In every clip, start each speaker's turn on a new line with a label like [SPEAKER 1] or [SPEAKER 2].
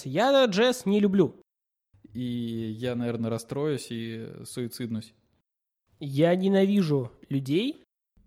[SPEAKER 1] JS. Я JS не люблю.
[SPEAKER 2] И я, наверное, расстроюсь и суициднусь.
[SPEAKER 1] Я ненавижу людей.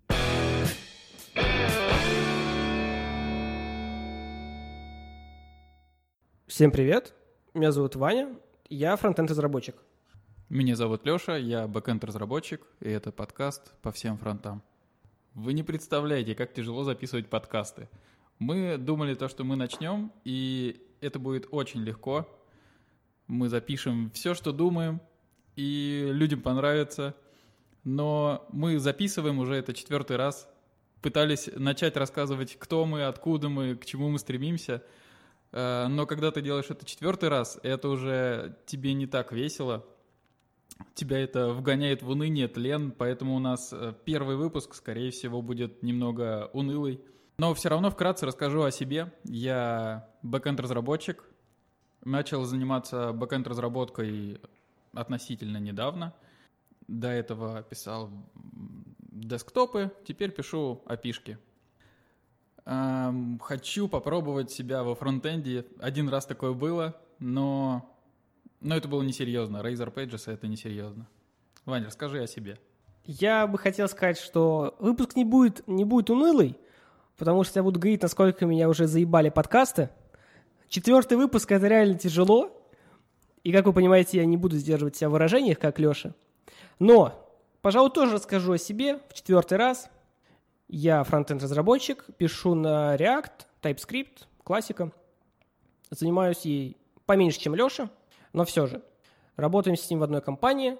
[SPEAKER 1] Всем привет. Меня зовут Ваня. Я фронтенд-разработчик.
[SPEAKER 2] Меня зовут Леша, я бэкэнд-разработчик, и это подкаст по всем фронтам. Вы не представляете, как тяжело записывать подкасты. Мы думали, что мы начнем, и это будет очень легко. Мы запишем все, что думаем, и людям понравится. Но мы записываем уже это 4-й раз. Пытались начать рассказывать, кто мы, откуда мы, к чему мы стремимся. Но когда ты делаешь это 4-й раз, это уже тебе не так весело. Тебя это вгоняет в уныние, тлен, поэтому у нас первый выпуск, скорее всего, будет немного унылый. Но все равно вкратце расскажу о себе. Я бэкэнд-разработчик. Начал заниматься бэкэнд-разработкой относительно недавно. До этого писал десктопы, теперь пишу API-шки. Хочу попробовать себя во фронтенде. Один раз такое было, но это было несерьезно. Razor Pages — это несерьезно. Ваня, расскажи о себе.
[SPEAKER 1] Я бы хотел сказать, что выпуск не будет унылый, потому что я буду говорить, насколько меня уже заебали подкасты. 4-й выпуск — это реально тяжело. И, как вы понимаете, я не буду сдерживать себя в выражениях, как Леша. Но, пожалуй, тоже расскажу о себе в 4-й раз. Я фронтенд-разработчик, пишу на React, TypeScript, классика. Занимаюсь ей поменьше, чем Леша, но все же. Работаем с ним в одной компании.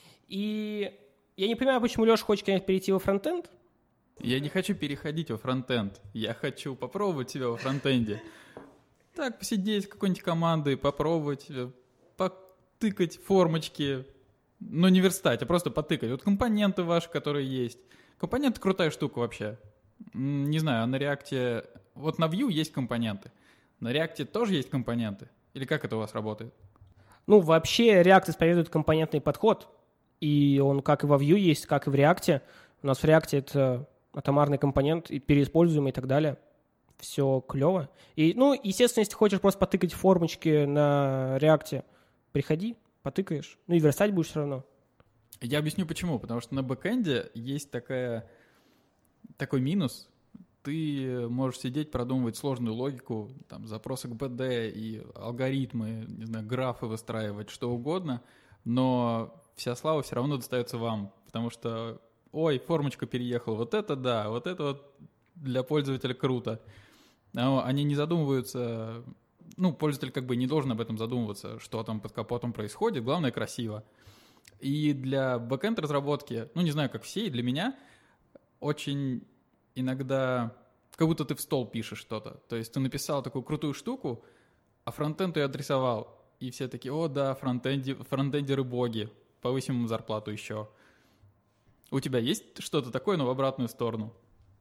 [SPEAKER 1] И я не понимаю, почему Леша хочет, конечно, перейти во фронтенд.
[SPEAKER 2] Я не хочу переходить во фронтенд. Я хочу попробовать себя во фронтенде. Так, посидеть с какой-нибудь командой, попробовать, потыкать формочки. Но не верстать, а просто потыкать. Вот компоненты ваши, которые есть. Компоненты — крутая штука вообще. Не знаю, а на React... Вот на Vue есть компоненты. На React тоже есть компоненты? Или как это у вас работает?
[SPEAKER 1] Ну, вообще React исповедует компонентный подход. И он как и во Vue есть, как и в React. У нас в React это атомарный компонент, и переиспользуемый и так далее. Все клево. И, естественно, если хочешь просто потыкать формочки на React, приходи, потыкаешь. И верстать будешь все равно.
[SPEAKER 2] Я объясню почему. Потому что на бэкэнде есть такой минус. Ты можешь сидеть, продумывать сложную логику, там, запросы к BD и алгоритмы, не знаю, графы выстраивать, что угодно, но вся слава все равно достается вам. Потому что, формочка переехала, вот это да, вот это вот для пользователя круто. Но они не задумываются... пользователь как бы не должен об этом задумываться, что там под капотом происходит, главное — красиво. И для бэкэнд-разработки, не знаю, как все, и для меня очень иногда как будто ты в стол пишешь что-то. То есть ты написал такую крутую штуку, а фронтенд ее отрисовал. И все такие: о да, фронтендеры боги, повысим им зарплату еще. У тебя есть что-то такое, но в обратную сторону?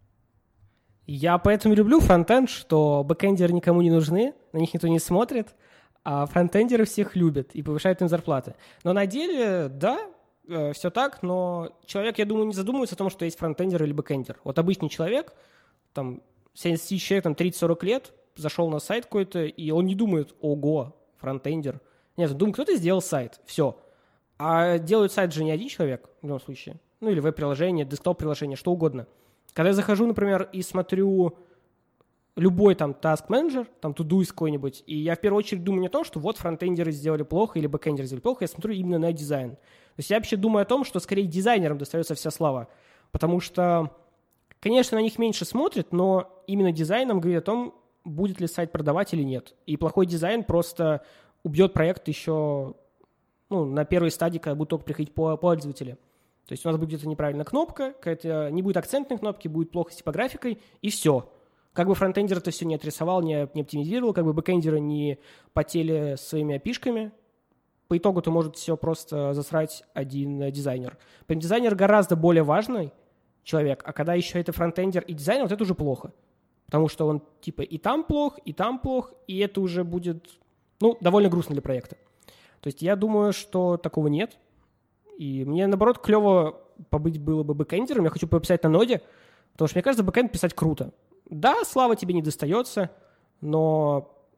[SPEAKER 1] Я поэтому люблю фронтенд, что бэкэндеры никому не нужны, на них никто не смотрит, а фронтендеры всех любят и повышают им зарплаты. Но на деле, да, все так, но человек, я думаю, не задумывается о том, что есть фронтендер или бэкэндер. Вот обычный человек, там, 70 тысяч человек, там, 30-40 лет, зашел на сайт какой-то, и он не думает: ого, фронтендер. Нет, он думает, кто-то сделал сайт, все. А делает сайт же не один человек, в любом случае. Или веб-приложение, десктоп-приложение, что угодно. Когда я захожу, например, и смотрю любой там task manager, там Todoist какой-нибудь, и я в первую очередь думаю не о том, что вот фронтендеры сделали плохо или бэкэндеры сделали плохо, я смотрю именно на дизайн. То есть я вообще думаю о том, что скорее дизайнерам достается вся слава, потому что, конечно, на них меньше смотрят, но именно дизайном говорит о том, будет ли сайт продавать или нет. И плохой дизайн просто убьет проект еще на первой стадии, когда будут только приходить пользователи. То есть у нас будет где-то неправильная кнопка, не будет акцентной кнопки, будет плохо с типографикой, и все. Как бы фронтендер это все не отрисовал, не оптимизировал, как бы бэкэндеры не потели своими API-шками, по итогу-то может все просто засрать один дизайнер. Прям дизайнер гораздо более важный человек, а когда еще это фронтендер и дизайнер, вот это уже плохо. Потому что он типа и там плох, и это уже будет довольно грустно для проекта. То есть я думаю, что такого нет. И мне, наоборот, клево побыть было бы бэкэндером. Я хочу пописать на ноде, потому что, мне кажется, бэкэнд писать круто. Да, слава тебе не достается, но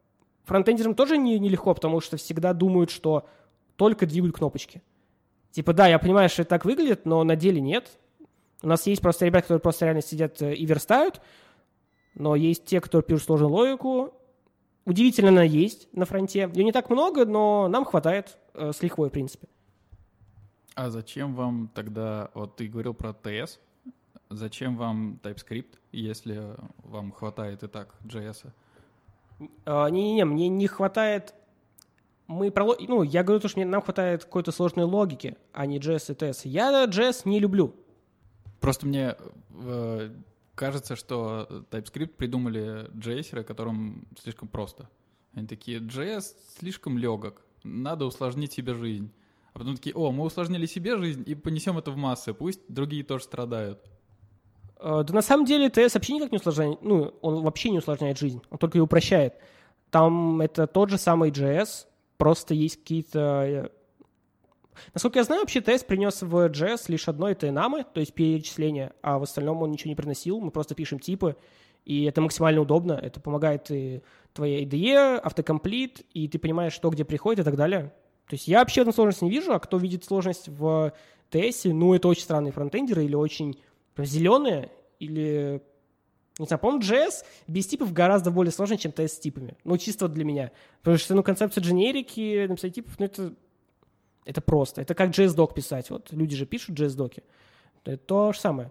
[SPEAKER 1] фронтендерам тоже нелегко, потому что всегда думают, что только двигают кнопочки. Типа, да, я понимаю, что это так выглядит, но на деле нет. У нас есть просто ребята, которые просто реально сидят и верстают, но есть те, кто пишут сложную логику. Удивительно, она есть на фронте. Ее не так много, но нам хватает с лихвой, в принципе.
[SPEAKER 2] А зачем вам тогда, вот ты говорил про TS, зачем вам TypeScript, если вам хватает и так JS?
[SPEAKER 1] Не-не-не, мне не хватает... я говорю, то, что нам хватает какой-то сложной логики, а не JS и TS. Я JS не люблю.
[SPEAKER 2] Просто мне кажется, что TypeScript придумали JS-еры, которым слишком просто. Они такие, JS слишком легок, надо усложнить себе жизнь. А потом такие, мы усложнили себе жизнь и понесем это в массы, пусть другие тоже страдают.
[SPEAKER 1] Да на самом деле TS вообще никак не усложняет, он вообще не усложняет жизнь, он только ее упрощает. Там это тот же самый JS, просто есть какие-то... Насколько я знаю, вообще TS принес в JS лишь одно, это ename, то есть перечисление, а в остальном он ничего не приносил, мы просто пишем типы, и это максимально удобно, это помогает и твоей IDE, автокомплит, и ты понимаешь, что где приходит и так далее. То есть я вообще эту сложность не вижу, а кто видит сложность в TS, это очень странные фронтендеры или очень зеленые, или... Не знаю, по-моему, JS без типов гораздо более сложный, чем TS с типами. Чисто для меня. Потому что, концепция дженерики, написать типов, это просто. Это как JS-док писать. Вот люди же пишут JS-доки. Это то же самое.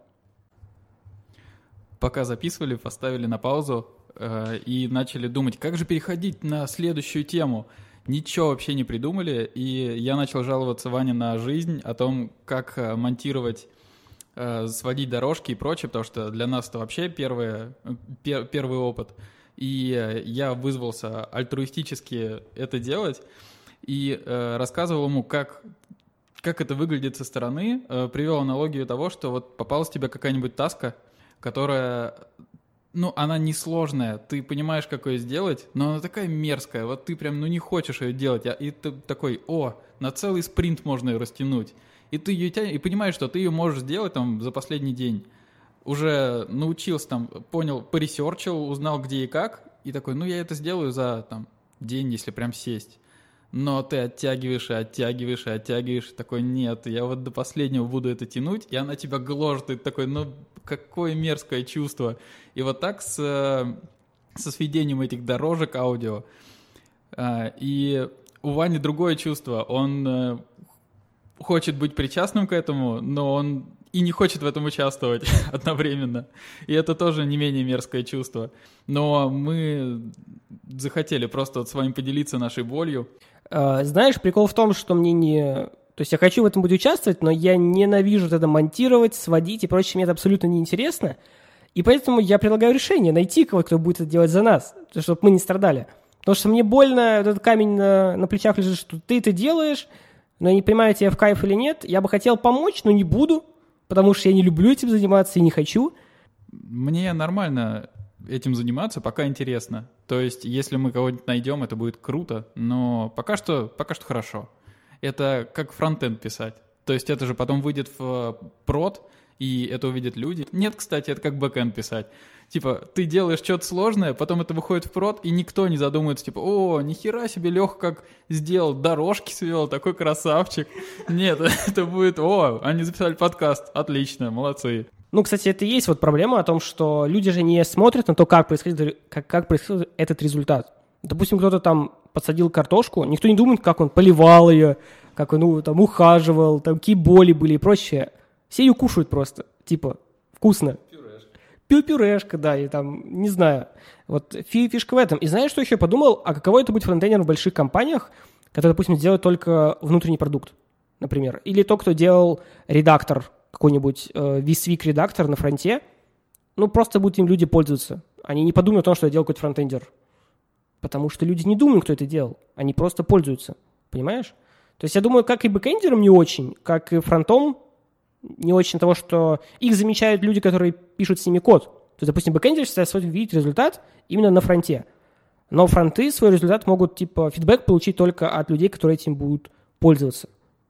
[SPEAKER 2] Пока записывали, поставили на паузу и начали думать, как же переходить на следующую тему. Ничего вообще не придумали, и я начал жаловаться Ване на жизнь, о том, как монтировать, сводить дорожки и прочее, потому что для нас это вообще первый опыт. И я вызвался альтруистически это делать и рассказывал ему, как это выглядит со стороны, привел аналогию того, что вот попалась тебе какая-нибудь таска, которая... она несложная, ты понимаешь, как ее сделать, но она такая мерзкая, вот ты прям, не хочешь ее делать, и ты такой, на целый спринт можно ее растянуть, и ты ее тянешь, и понимаешь, что ты ее можешь сделать там за последний день, уже научился там, понял, поресерчил, узнал где и как, и такой, я это сделаю за день, если прям сесть. Но ты оттягиваешь, такой, нет, я вот до последнего буду это тянуть, и она тебя гложет, и ты такой, какое мерзкое чувство. И вот так со сведением этих дорожек аудио. И у Вани другое чувство, он хочет быть причастным к этому, но он и не хочет в этом участвовать одновременно. И это тоже не менее мерзкое чувство. Но мы захотели просто с вами поделиться нашей болью.
[SPEAKER 1] Знаешь, прикол в том, что мне не... То есть я хочу в этом участвовать, но я ненавижу это монтировать, сводить и прочее. Мне это абсолютно неинтересно. И поэтому я предлагаю решение, найти кого-то, кто будет это делать за нас, чтобы мы не страдали. Потому что мне больно, этот камень на плечах лежит, что ты это делаешь, но я не понимаю, тебе в кайф или нет. Я бы хотел помочь, но не буду, потому что я не люблю этим заниматься и не хочу.
[SPEAKER 2] Мне нормально этим заниматься, пока интересно. То есть, если мы кого-нибудь найдем, это будет круто, но пока что хорошо. Это как фронтенд писать. То есть, это же потом выйдет в прод, и это увидят люди. Нет, кстати, это как бэкэнд писать. Типа, ты делаешь что-то сложное, потом это выходит в прод, и никто не задумывается, типа, нихера себе Леха как сделал, дорожки свел, такой красавчик. Нет, это будет, они записали подкаст, отлично, молодцы.
[SPEAKER 1] Кстати, это и есть вот проблема о том, что люди же не смотрят на то, как происходит этот результат. Допустим, кто-то там подсадил картошку, никто не думает, как он поливал ее, как он ухаживал, какие боли были и прочее. Все ее кушают просто, типа, вкусно. Пюрешка, да, и не знаю. Вот фишка в этом. И знаешь, что еще я подумал? А каково это быть фронтендером в больших компаниях, которые, допустим, делают только внутренний продукт, например. Или тот, кто делал редактор, какой-нибудь vSwig редактор на фронте, просто будут им люди пользоваться. Они не подумают о том, что это делал какой-то фронтендер. Потому что люди не думают, кто это делал. Они просто пользуются. Понимаешь? То есть я думаю, как и бэкэндерам не очень, как и фронтом не очень того, что их замечают люди, которые пишут с ними код. То есть, допустим, бэкэндер всегда свой видеть результат именно на фронте. Но фронты свой результат могут, фидбэк получить только от людей, которые этим будут пользоваться.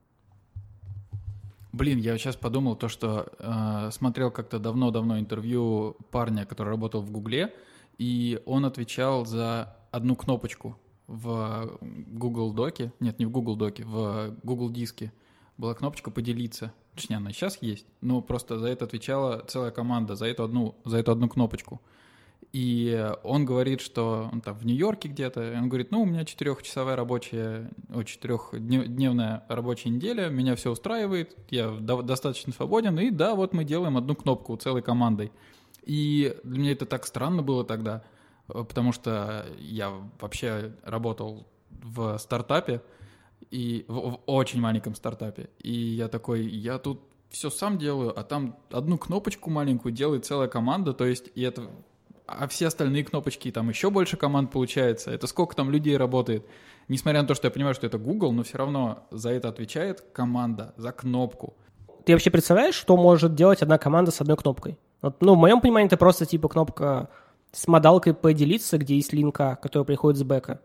[SPEAKER 2] Блин, я сейчас подумал то, что смотрел как-то давно-давно интервью парня, который работал в Гугле, и он отвечал за одну кнопочку в Google Доке, нет, не в Google Доке, в Google Диске была кнопочка «Поделиться». Точнее, она сейчас есть, но просто за это отвечала целая команда, за эту одну кнопочку. И он говорит, что он там в Нью-Йорке где-то, он говорит, у меня 4-дневная рабочая неделя, меня все устраивает, я достаточно свободен, и да, вот мы делаем одну кнопку целой командой. И для меня это так странно было тогда, потому что я вообще работал в стартапе, и в очень маленьком стартапе, и я такой, я тут все сам делаю, а там одну кнопочку маленькую делает целая команда, то есть, а все остальные кнопочки, там еще больше команд получается. Это сколько там людей работает. Несмотря на то, что я понимаю, что это Google, но все равно за это отвечает команда, за кнопку.
[SPEAKER 1] Ты вообще представляешь, что может делать одна команда с одной кнопкой? Вот, в моем понимании, это просто типа кнопка с модалкой «Поделиться», где есть линка, которая приходит с бэка.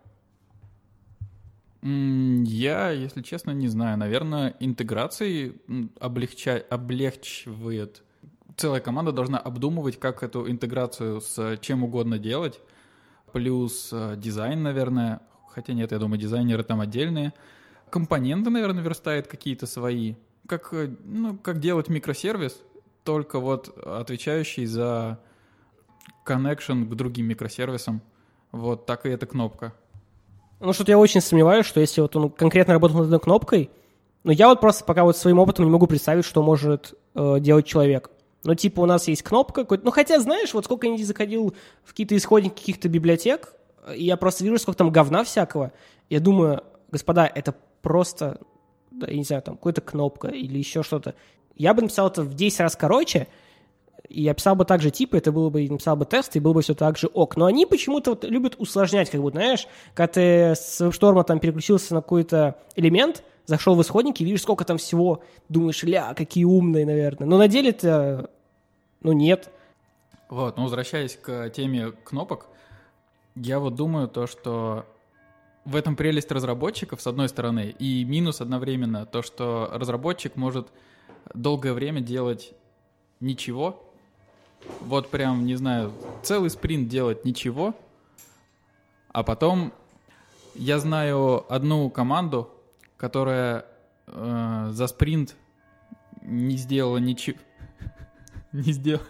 [SPEAKER 2] Я, если честно, не знаю. Наверное, интеграцией облегчивает. Целая команда должна обдумывать, как эту интеграцию с чем угодно делать. Плюс дизайн, наверное. Хотя нет, я думаю, дизайнеры там отдельные. Компоненты, наверное, верстает какие-то свои. Как делать микросервис, только вот отвечающий за connection к другим микросервисам. Вот так и эта кнопка.
[SPEAKER 1] Что-то я очень сомневаюсь, что если вот он конкретно работал над одной кнопкой, я вот просто пока вот своим опытом не могу представить, что может делать человек. У нас есть кнопка какой-то. Хотя, знаешь, вот сколько я не заходил в какие-то исходники каких-то библиотек, и я просто вижу, сколько там говна всякого. Я думаю, господа, это просто, я не знаю, там какая-то кнопка или еще что-то. Я бы написал это в 10 раз короче, и я писал бы так же это было бы, написал бы тест, и было бы все так же ок. Но они почему-то вот любят усложнять, как будто, знаешь, когда ты с WebStorm там переключился на какой-то элемент, зашел в исходники, видишь, сколько там всего, думаешь, какие умные, наверное. Но на деле-то, нет.
[SPEAKER 2] Вот, возвращаясь к теме кнопок, я вот думаю то, что в этом прелесть разработчиков, с одной стороны, и минус одновременно, то, что разработчик может долгое время делать ничего, вот прям, не знаю, целый спринт делать ничего, а потом я знаю одну команду, которая за спринт не сделала ничего. Не сделала.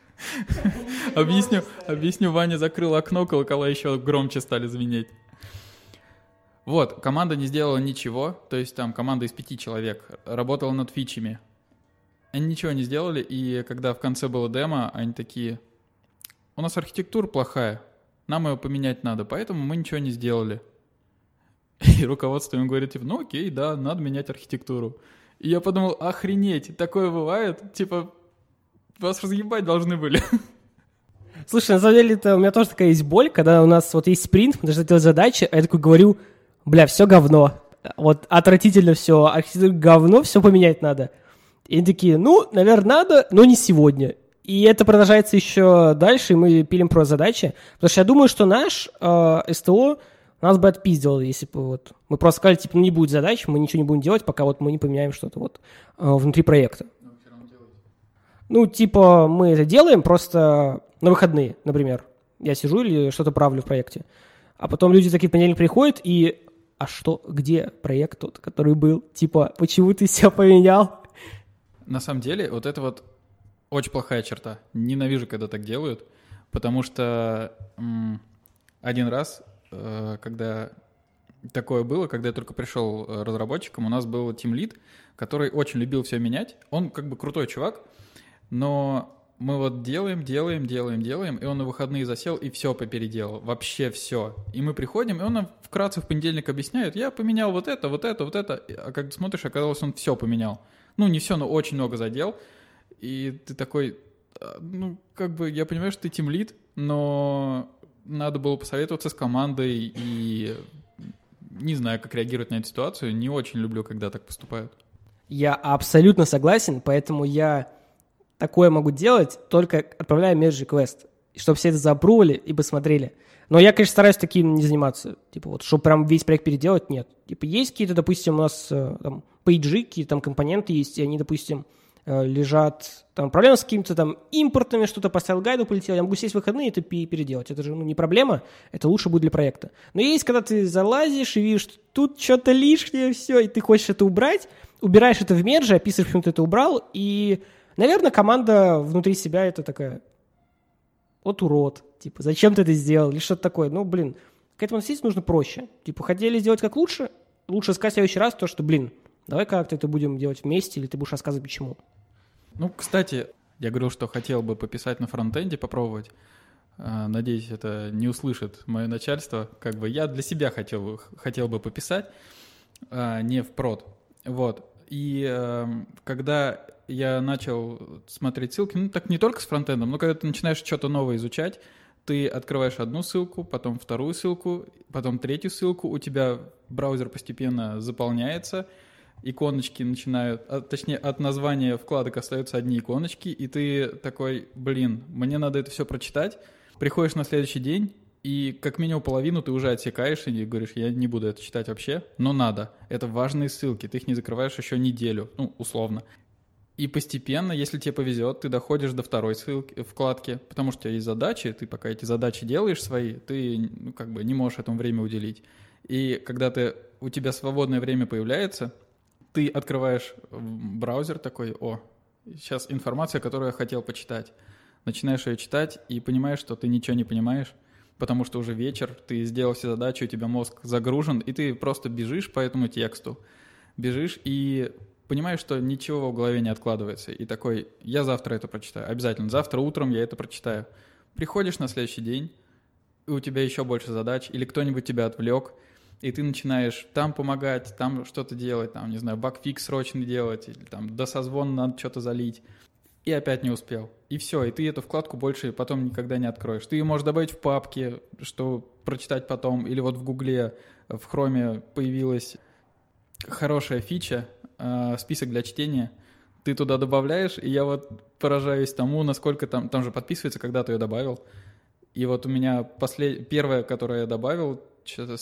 [SPEAKER 2] Объясню, Ваня закрыл окно, колокола еще громче стали звенеть. Вот, команда не сделала ничего, то есть там команда из 5 человек работала над фичами. Они ничего не сделали, и когда в конце было демо, они такие, у нас архитектура плохая, нам ее поменять надо, поэтому мы ничего не сделали. И руководство им говорит, окей, да, надо менять архитектуру. И я подумал, охренеть, такое бывает? Вас разъебать должны были.
[SPEAKER 1] Слушай, на самом деле, у меня тоже такая есть боль, когда у нас вот есть спринт, мы должны делать задачи, а я такой говорю, все говно. Вот отвратительно все, архитектура говно, все поменять надо. И они такие, наверное, надо, но не сегодня. И это продолжается еще дальше, и мы пилим про задачи. Потому что я думаю, что наш СТО нас бы отпиздил, если бы мы просто сказали, не будет задач, мы ничего не будем делать, пока мы не поменяем что-то внутри проекта. Мы это делаем просто на выходные, например. Я сижу или что-то правлю в проекте. А потом люди такие в понедельник приходят и... А что, где проект тот, который был? Почему ты все поменял?
[SPEAKER 2] На самом деле, вот это вот очень плохая черта. Ненавижу, когда так делают, потому что один раз, когда такое было, когда я только пришел разработчиком, у нас был тимлид, который очень любил все менять. Он крутой чувак, но мы делаем, и он на выходные засел и все попеределал, вообще все. И мы приходим, и он нам вкратце в понедельник объясняет, я поменял вот это, а когда смотришь, оказалось, он все поменял. Не все, но очень много задел. И ты такой, я понимаю, что ты тимлид, но надо было посоветоваться с командой, и не знаю, как реагировать на эту ситуацию. Не очень люблю, когда так поступают.
[SPEAKER 1] Я абсолютно согласен, поэтому я такое могу делать, только отправляя merge-request, чтобы все это заапрували и посмотрели. Но я, конечно, стараюсь таким не заниматься. Чтобы прям весь проект переделать, нет. Есть какие-то, допустим, у нас там пейджи, какие-то там компоненты есть, и они, допустим, лежат там проблемы с какими-то там импортами, что-то по стайл-гайду полетело, я могу сесть в выходные и это переделать. Это же не проблема, это лучше будет для проекта. Но есть, когда ты залазишь и видишь, что тут что-то лишнее, все, и ты хочешь это убрать, убираешь это в мерже, описываешь, почему ты это убрал, и, наверное, команда внутри себя это такая, вот урод, типа, зачем ты это сделал, или что-то такое. Ну, блин, к этому относиться нужно проще. Типа, хотели сделать как лучше, лучше сказать в следующий раз то, что, блин, давай как-то это будем делать вместе, или ты будешь рассказывать почему.
[SPEAKER 2] Ну, кстати, я говорил, что хотел бы пописать на фронтенде, попробовать. Надеюсь, это не услышит мое начальство. Как бы я для себя хотел бы пописать, не в прод. Вот. И когда я начал смотреть ссылки, ну, так не только с фронтендом, но когда ты начинаешь что-то новое изучать, ты открываешь одну ссылку, потом вторую ссылку, потом третью ссылку, у тебя браузер постепенно заполняется, иконочки начинают, точнее, от названия вкладок остаются одни иконочки, и ты такой, блин, мне надо это все прочитать. Приходишь на следующий день, и как минимум половину ты уже отсекаешь и говоришь, я не буду это читать вообще, но надо. Это важные ссылки, ты их не закрываешь еще неделю, ну, условно. И постепенно, если тебе повезет, ты доходишь до второй вкладки, потому что у тебя есть задачи, ты пока эти задачи делаешь свои, ты как бы не можешь этому время уделить. И когда у тебя свободное время появляется, ты открываешь браузер такой, сейчас информация, которую я хотел почитать. Начинаешь ее читать и понимаешь, что ты ничего не понимаешь, потому что уже вечер, ты сделал все задачи, у тебя мозг загружен, и ты просто бежишь по этому тексту. Бежишь и понимаешь, что ничего в голове не откладывается. И такой, я завтра это прочитаю, обязательно. Завтра утром я это прочитаю. Приходишь на следующий день, и у тебя еще больше задач, или кто-нибудь тебя отвлек, и ты начинаешь там помогать, там что-то делать, там, не знаю, багфикс срочно делать, или там до созвона надо что-то залить, и опять не успел. И все, и ты эту вкладку больше потом никогда не откроешь. Ты ее можешь добавить в папке, что прочитать потом, или вот в Гугле, в Хроме появилась хорошая фича, список для чтения, ты туда добавляешь, и я вот поражаюсь тому, насколько там же подписывается, когда ты ее добавил. И вот у меня первая, которую я добавил, что-то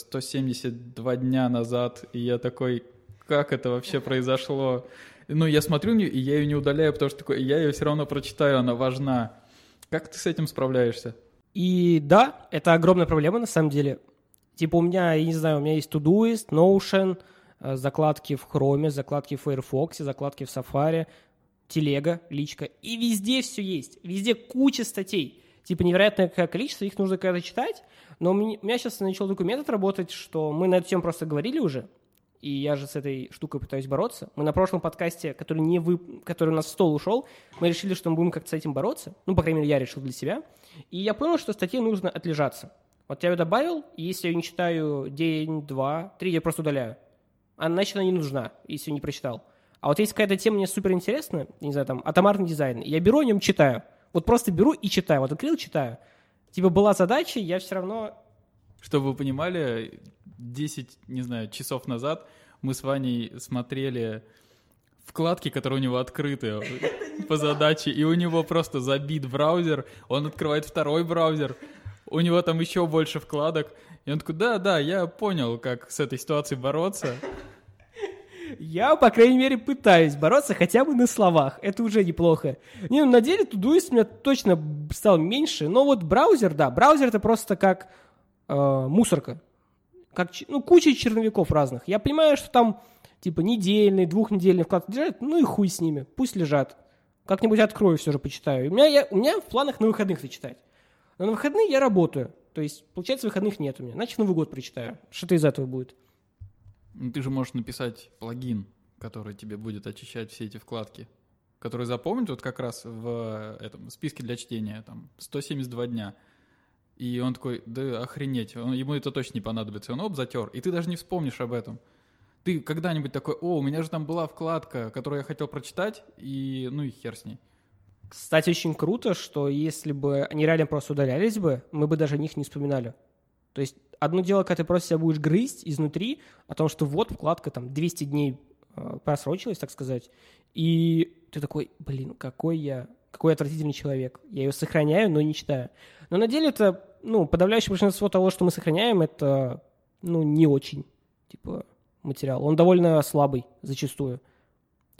[SPEAKER 2] 172 дня назад, и я такой, как это вообще произошло? Ну, я смотрю, и я ее не удаляю, потому что такой, я ее все равно прочитаю, она важна. Как ты с этим справляешься?
[SPEAKER 1] И да, это огромная проблема на самом деле. Типа у меня, я не знаю, у меня есть Todoist, Notion, закладки в Chrome, закладки в Firefox, закладки в Safari, телега, личка. И везде все есть. Везде куча статей. Типа невероятное количество, их нужно когда-то читать. Но у меня сейчас начал такой метод работать, что мы на эту тему просто говорили уже. И я же с этой штукой пытаюсь бороться. Мы на прошлом подкасте, который у нас в стол ушел, мы решили, что мы будем как-то с этим бороться. Ну, по крайней мере, я решил для себя. И я понял, что статье нужно отлежаться. Вот я ее добавил, и если я ее не читаю день, два, 3, я просто удаляю. Значит, она не нужна, если не прочитал. А вот если какая-то тема мне супер интересна, не знаю, там, атомарный дизайн, я беру о нем, читаю. Вот просто беру и читаю. Вот открыл, читаю. Типа была задача, я все равно...
[SPEAKER 2] Чтобы вы понимали, 10, не знаю, часов назад мы с Ваней смотрели вкладки, которые у него открыты по задаче, и у него просто забит браузер, он открывает второй браузер, у него там еще больше вкладок, и он такой, да, я понял, как с этой ситуацией бороться.
[SPEAKER 1] Я, по крайней мере, пытаюсь бороться хотя бы на словах. Это уже неплохо. На деле Todoist у меня точно стал меньше, но вот браузер, да, браузер это просто как мусорка. Как, куча черновиков разных. Я понимаю, что там типа недельные, двухнедельные вкладки лежат, ну и хуй с ними, пусть лежат. Как-нибудь открою, все же почитаю. У меня в планах на выходных зачитать. Но на выходные я работаю. То есть, получается, выходных нет у меня. Значит, Новый год прочитаю. Что-то из этого будет.
[SPEAKER 2] Ты же можешь написать плагин, который тебе будет очищать все эти вкладки, который запомнит вот как раз в этом списке для чтения, там, 172 дня. И он такой, да охренеть, ему это точно не понадобится. Он затер, и ты даже не вспомнишь об этом. Ты когда-нибудь такой, у меня же там была вкладка, которую я хотел прочитать, и хер с ней.
[SPEAKER 1] Кстати, очень круто, что если бы они реально просто удалялись бы, мы бы даже о них не вспоминали. То есть одно дело, когда ты просто себя будешь грызть изнутри о том, что вот вкладка там 200 дней просрочилась, так сказать, и ты такой, какой я отвратительный человек. Я ее сохраняю, но не читаю. Но на деле это, подавляющее большинство того, что мы сохраняем, это, не очень, материал. Он довольно слабый зачастую. То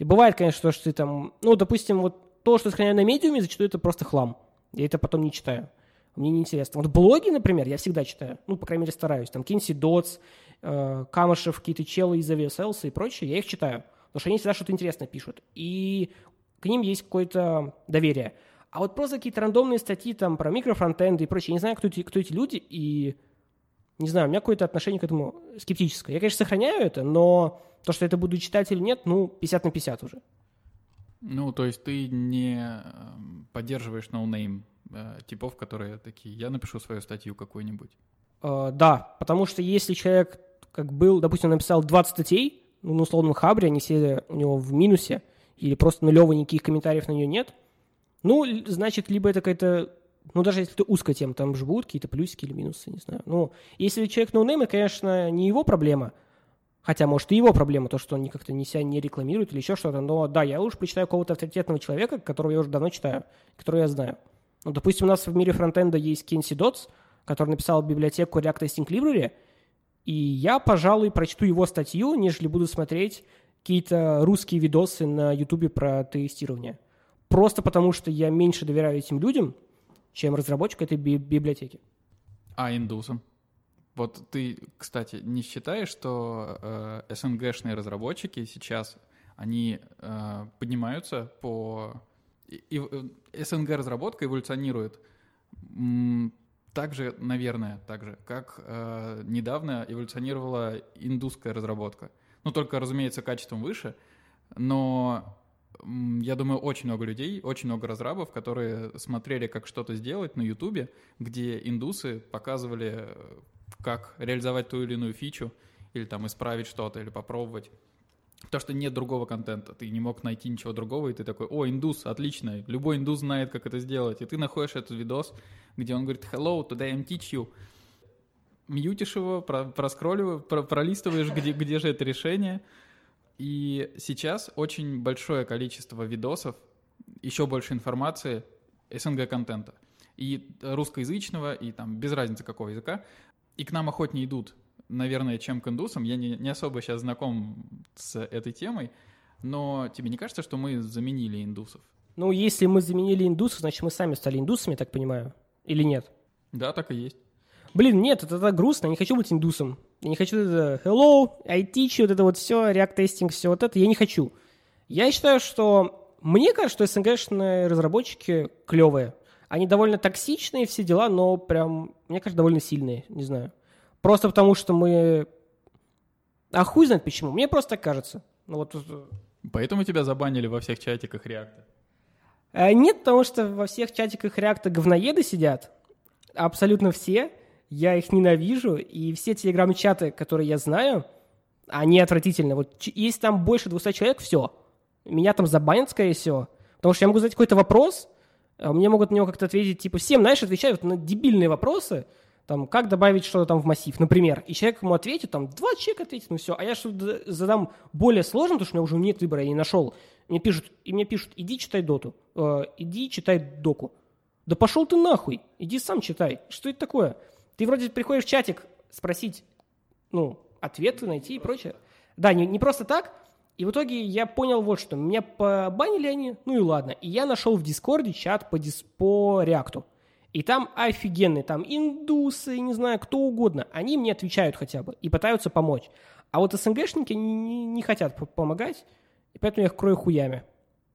[SPEAKER 1] И бывает, конечно, то, что ты там... Ну, допустим, вот то, что я сохраняю на медиуме, зачастую это просто хлам. Я это потом не читаю. Мне неинтересно. Вот блоги, например, я всегда читаю. Ну, по крайней мере, стараюсь. Там Кинси Дотс, Камышев, какие-то челы из AVSLs и прочее, я их читаю. Потому что они всегда что-то интересное пишут. И к ним есть какое-то доверие. А вот просто какие-то рандомные статьи там про микрофронтенды и прочее. Я не знаю, кто эти люди, и не знаю, у меня какое-то отношение к этому скептическое. Я, конечно, сохраняю это, но то, что это буду читать или нет, 50 на 50 уже.
[SPEAKER 2] Ну, то есть ты не поддерживаешь ноунейм типов, которые такие, я напишу свою статью какую-нибудь.
[SPEAKER 1] Да, потому что если человек, как был, допустим, написал 20 статей, на условном хабре, они все у него в минусе, или просто нулевые, никаких комментариев на нее нет, значит, либо это какая-то, даже если это узкая тема, там же будут какие-то плюсики или минусы, не знаю. Если человек ноунейм, это, конечно, не его проблема, хотя, может, и его проблема, то, что он как-то себя не рекламирует или еще что-то, но да, я лучше прочитаю какого-то авторитетного человека, которого я уже давно читаю, которого я знаю. Допустим, у нас в мире фронтенда есть Кинси Дотс, который написал библиотеку React Testing Library, и я, пожалуй, прочту его статью, нежели буду смотреть какие-то русские видосы на Ютубе про тестирование. Просто потому, что я меньше доверяю этим людям, чем разработчику этой библиотеки.
[SPEAKER 2] А индусам? Вот ты, кстати, не считаешь, что СНГшные разработчики сейчас, они поднимаются по... СНГ-разработка эволюционирует так же, наверное, как недавно эволюционировала индусская разработка. Только, разумеется, качеством выше, но я думаю, очень много людей, очень много разрабов, которые смотрели, как что-то сделать на Ютубе, где индусы показывали, как реализовать ту или иную фичу, или там исправить что-то, или попробовать. Потому что нет другого контента, ты не мог найти ничего другого, и ты такой, о, индус, отлично, любой индус знает, как это сделать. И ты находишь этот видос, где он говорит, hello, today I'm teach you. Мьютишь его, проскролливаешь, пролистываешь, где же это решение. И сейчас очень большое количество видосов, еще больше информации СНГ-контента. И русскоязычного, и там без разницы какого языка. И к нам охотнее идут, наверное, чем к индусам. Я не особо сейчас знаком с этой темой, но тебе не кажется, что мы заменили индусов?
[SPEAKER 1] Если мы заменили индусов, значит, мы сами стали индусами, я так понимаю. Или нет?
[SPEAKER 2] Да, так и есть.
[SPEAKER 1] Нет, это так грустно, я не хочу быть индусом. Я не хочу это hello, I teach you, вот это вот все, React Testing, все вот это, я не хочу. Я считаю, что... Мне кажется, что СНГшные разработчики клевые. Они довольно токсичные, все дела, но прям, мне кажется, довольно сильные, не знаю. Просто потому, что мы... А хуй знает почему, мне просто так кажется.
[SPEAKER 2] Поэтому тебя забанили во всех чатиках React?
[SPEAKER 1] Нет, потому что во всех чатиках React говноеды сидят, абсолютно все. Я их ненавижу, и все телеграм-чаты, которые я знаю, они отвратительны. Если там больше 200 человек, все. Меня там забанят, скорее всего. Потому что я могу задать какой-то вопрос, а мне могут на него как-то ответить, всем, знаешь, отвечают на дебильные вопросы, там, как добавить что-то там в массив, например. И человек ему ответит, 2 человека ответит, все. А я что-то задам более сложно, потому что у меня уже нет выбора, я не нашел. Мне пишут, иди читай доту, иди читай доку. Да пошел ты нахуй, иди сам читай. Что это такое? Ты вроде приходишь в чатик спросить, ответы найти и прочее. Да, не просто так. И в итоге я понял вот что. Меня побанили они, и ладно. И я нашел в Дискорде чат по Реакту. И там офигенные, там индусы, не знаю, кто угодно. Они мне отвечают хотя бы и пытаются помочь. А вот СНГшники не хотят помогать, и поэтому я их крою хуями.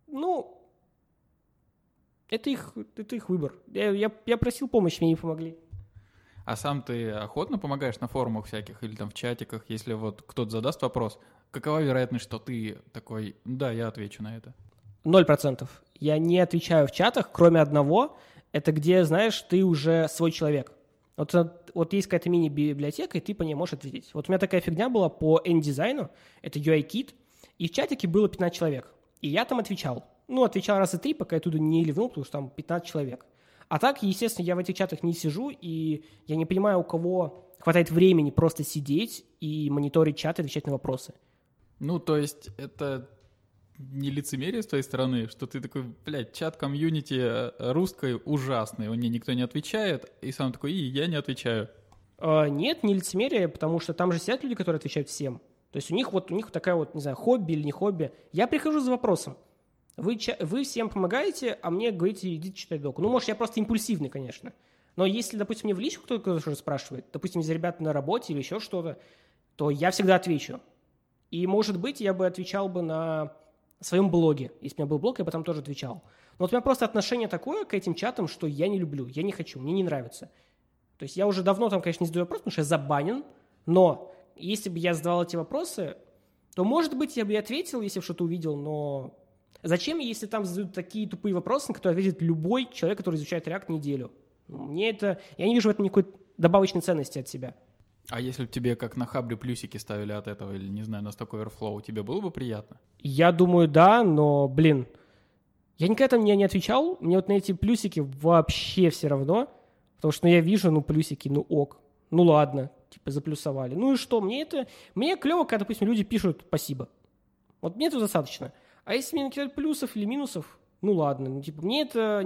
[SPEAKER 1] Это их выбор. Я просил помощи, мне не помогли.
[SPEAKER 2] А сам ты охотно помогаешь на форумах всяких или там в чатиках, если вот кто-то задаст вопрос, какова вероятность, что ты такой, да, я отвечу на это?
[SPEAKER 1] 0%. Я не отвечаю в чатах, кроме одного, это где, знаешь, ты уже свой человек. Вот есть какая-то мини-библиотека, и ты по ней можешь ответить. Вот у меня такая фигня была по N-дизайну, это UI-кит, и в чатике было 15 человек. И я там отвечал. Отвечал раза 3, пока я туда не ливнул, потому что там 15 человек. А так, естественно, я в этих чатах не сижу, и я не понимаю, у кого хватает времени просто сидеть и мониторить чат и отвечать на вопросы.
[SPEAKER 2] То есть это не лицемерие с твоей стороны, что ты такой, чат комьюнити русской ужасный, мне никто не отвечает, и сам такой, я не отвечаю.
[SPEAKER 1] Нет, не лицемерие, потому что там же сидят люди, которые отвечают всем. То То есть у них такая вот, не знаю, хобби или не хобби. Я прихожу за вопросом. Вы всем помогаете, а мне говорите, идите читать доку. Ну, может, я просто импульсивный, конечно. Но если, допустим, мне в личку кто-то что-то спрашивает, допустим, из ребят на работе или еще что-то, то я всегда отвечу. И, может быть, я бы отвечал бы на своем блоге. Если у меня был блог, я бы там тоже отвечал. Но вот у меня просто отношение такое к этим чатам, что я не люблю, я не хочу, мне не нравится. То есть я уже давно там, конечно, не задаю вопрос, потому что я забанен, но если бы я задавал эти вопросы, то, может быть, я бы и ответил, если бы что-то увидел, но зачем, если там задают такие тупые вопросы, на которые ответит любой человек, который изучает React неделю? Я не вижу в этом никакой добавочной ценности от себя.
[SPEAKER 2] А если бы тебе как на Хабре плюсики ставили от этого, или, не знаю, на Stack Overflow, тебе было бы приятно?
[SPEAKER 1] Я думаю, да, но, я никогда там не отвечал, мне вот на эти плюсики вообще все равно, потому что я вижу, плюсики, ок, ладно, типа заплюсовали. Ну и что, мне клево, когда, допустим, люди пишут «спасибо». Вот мне это достаточно. А если мне накидают плюсов или минусов, ладно, мне это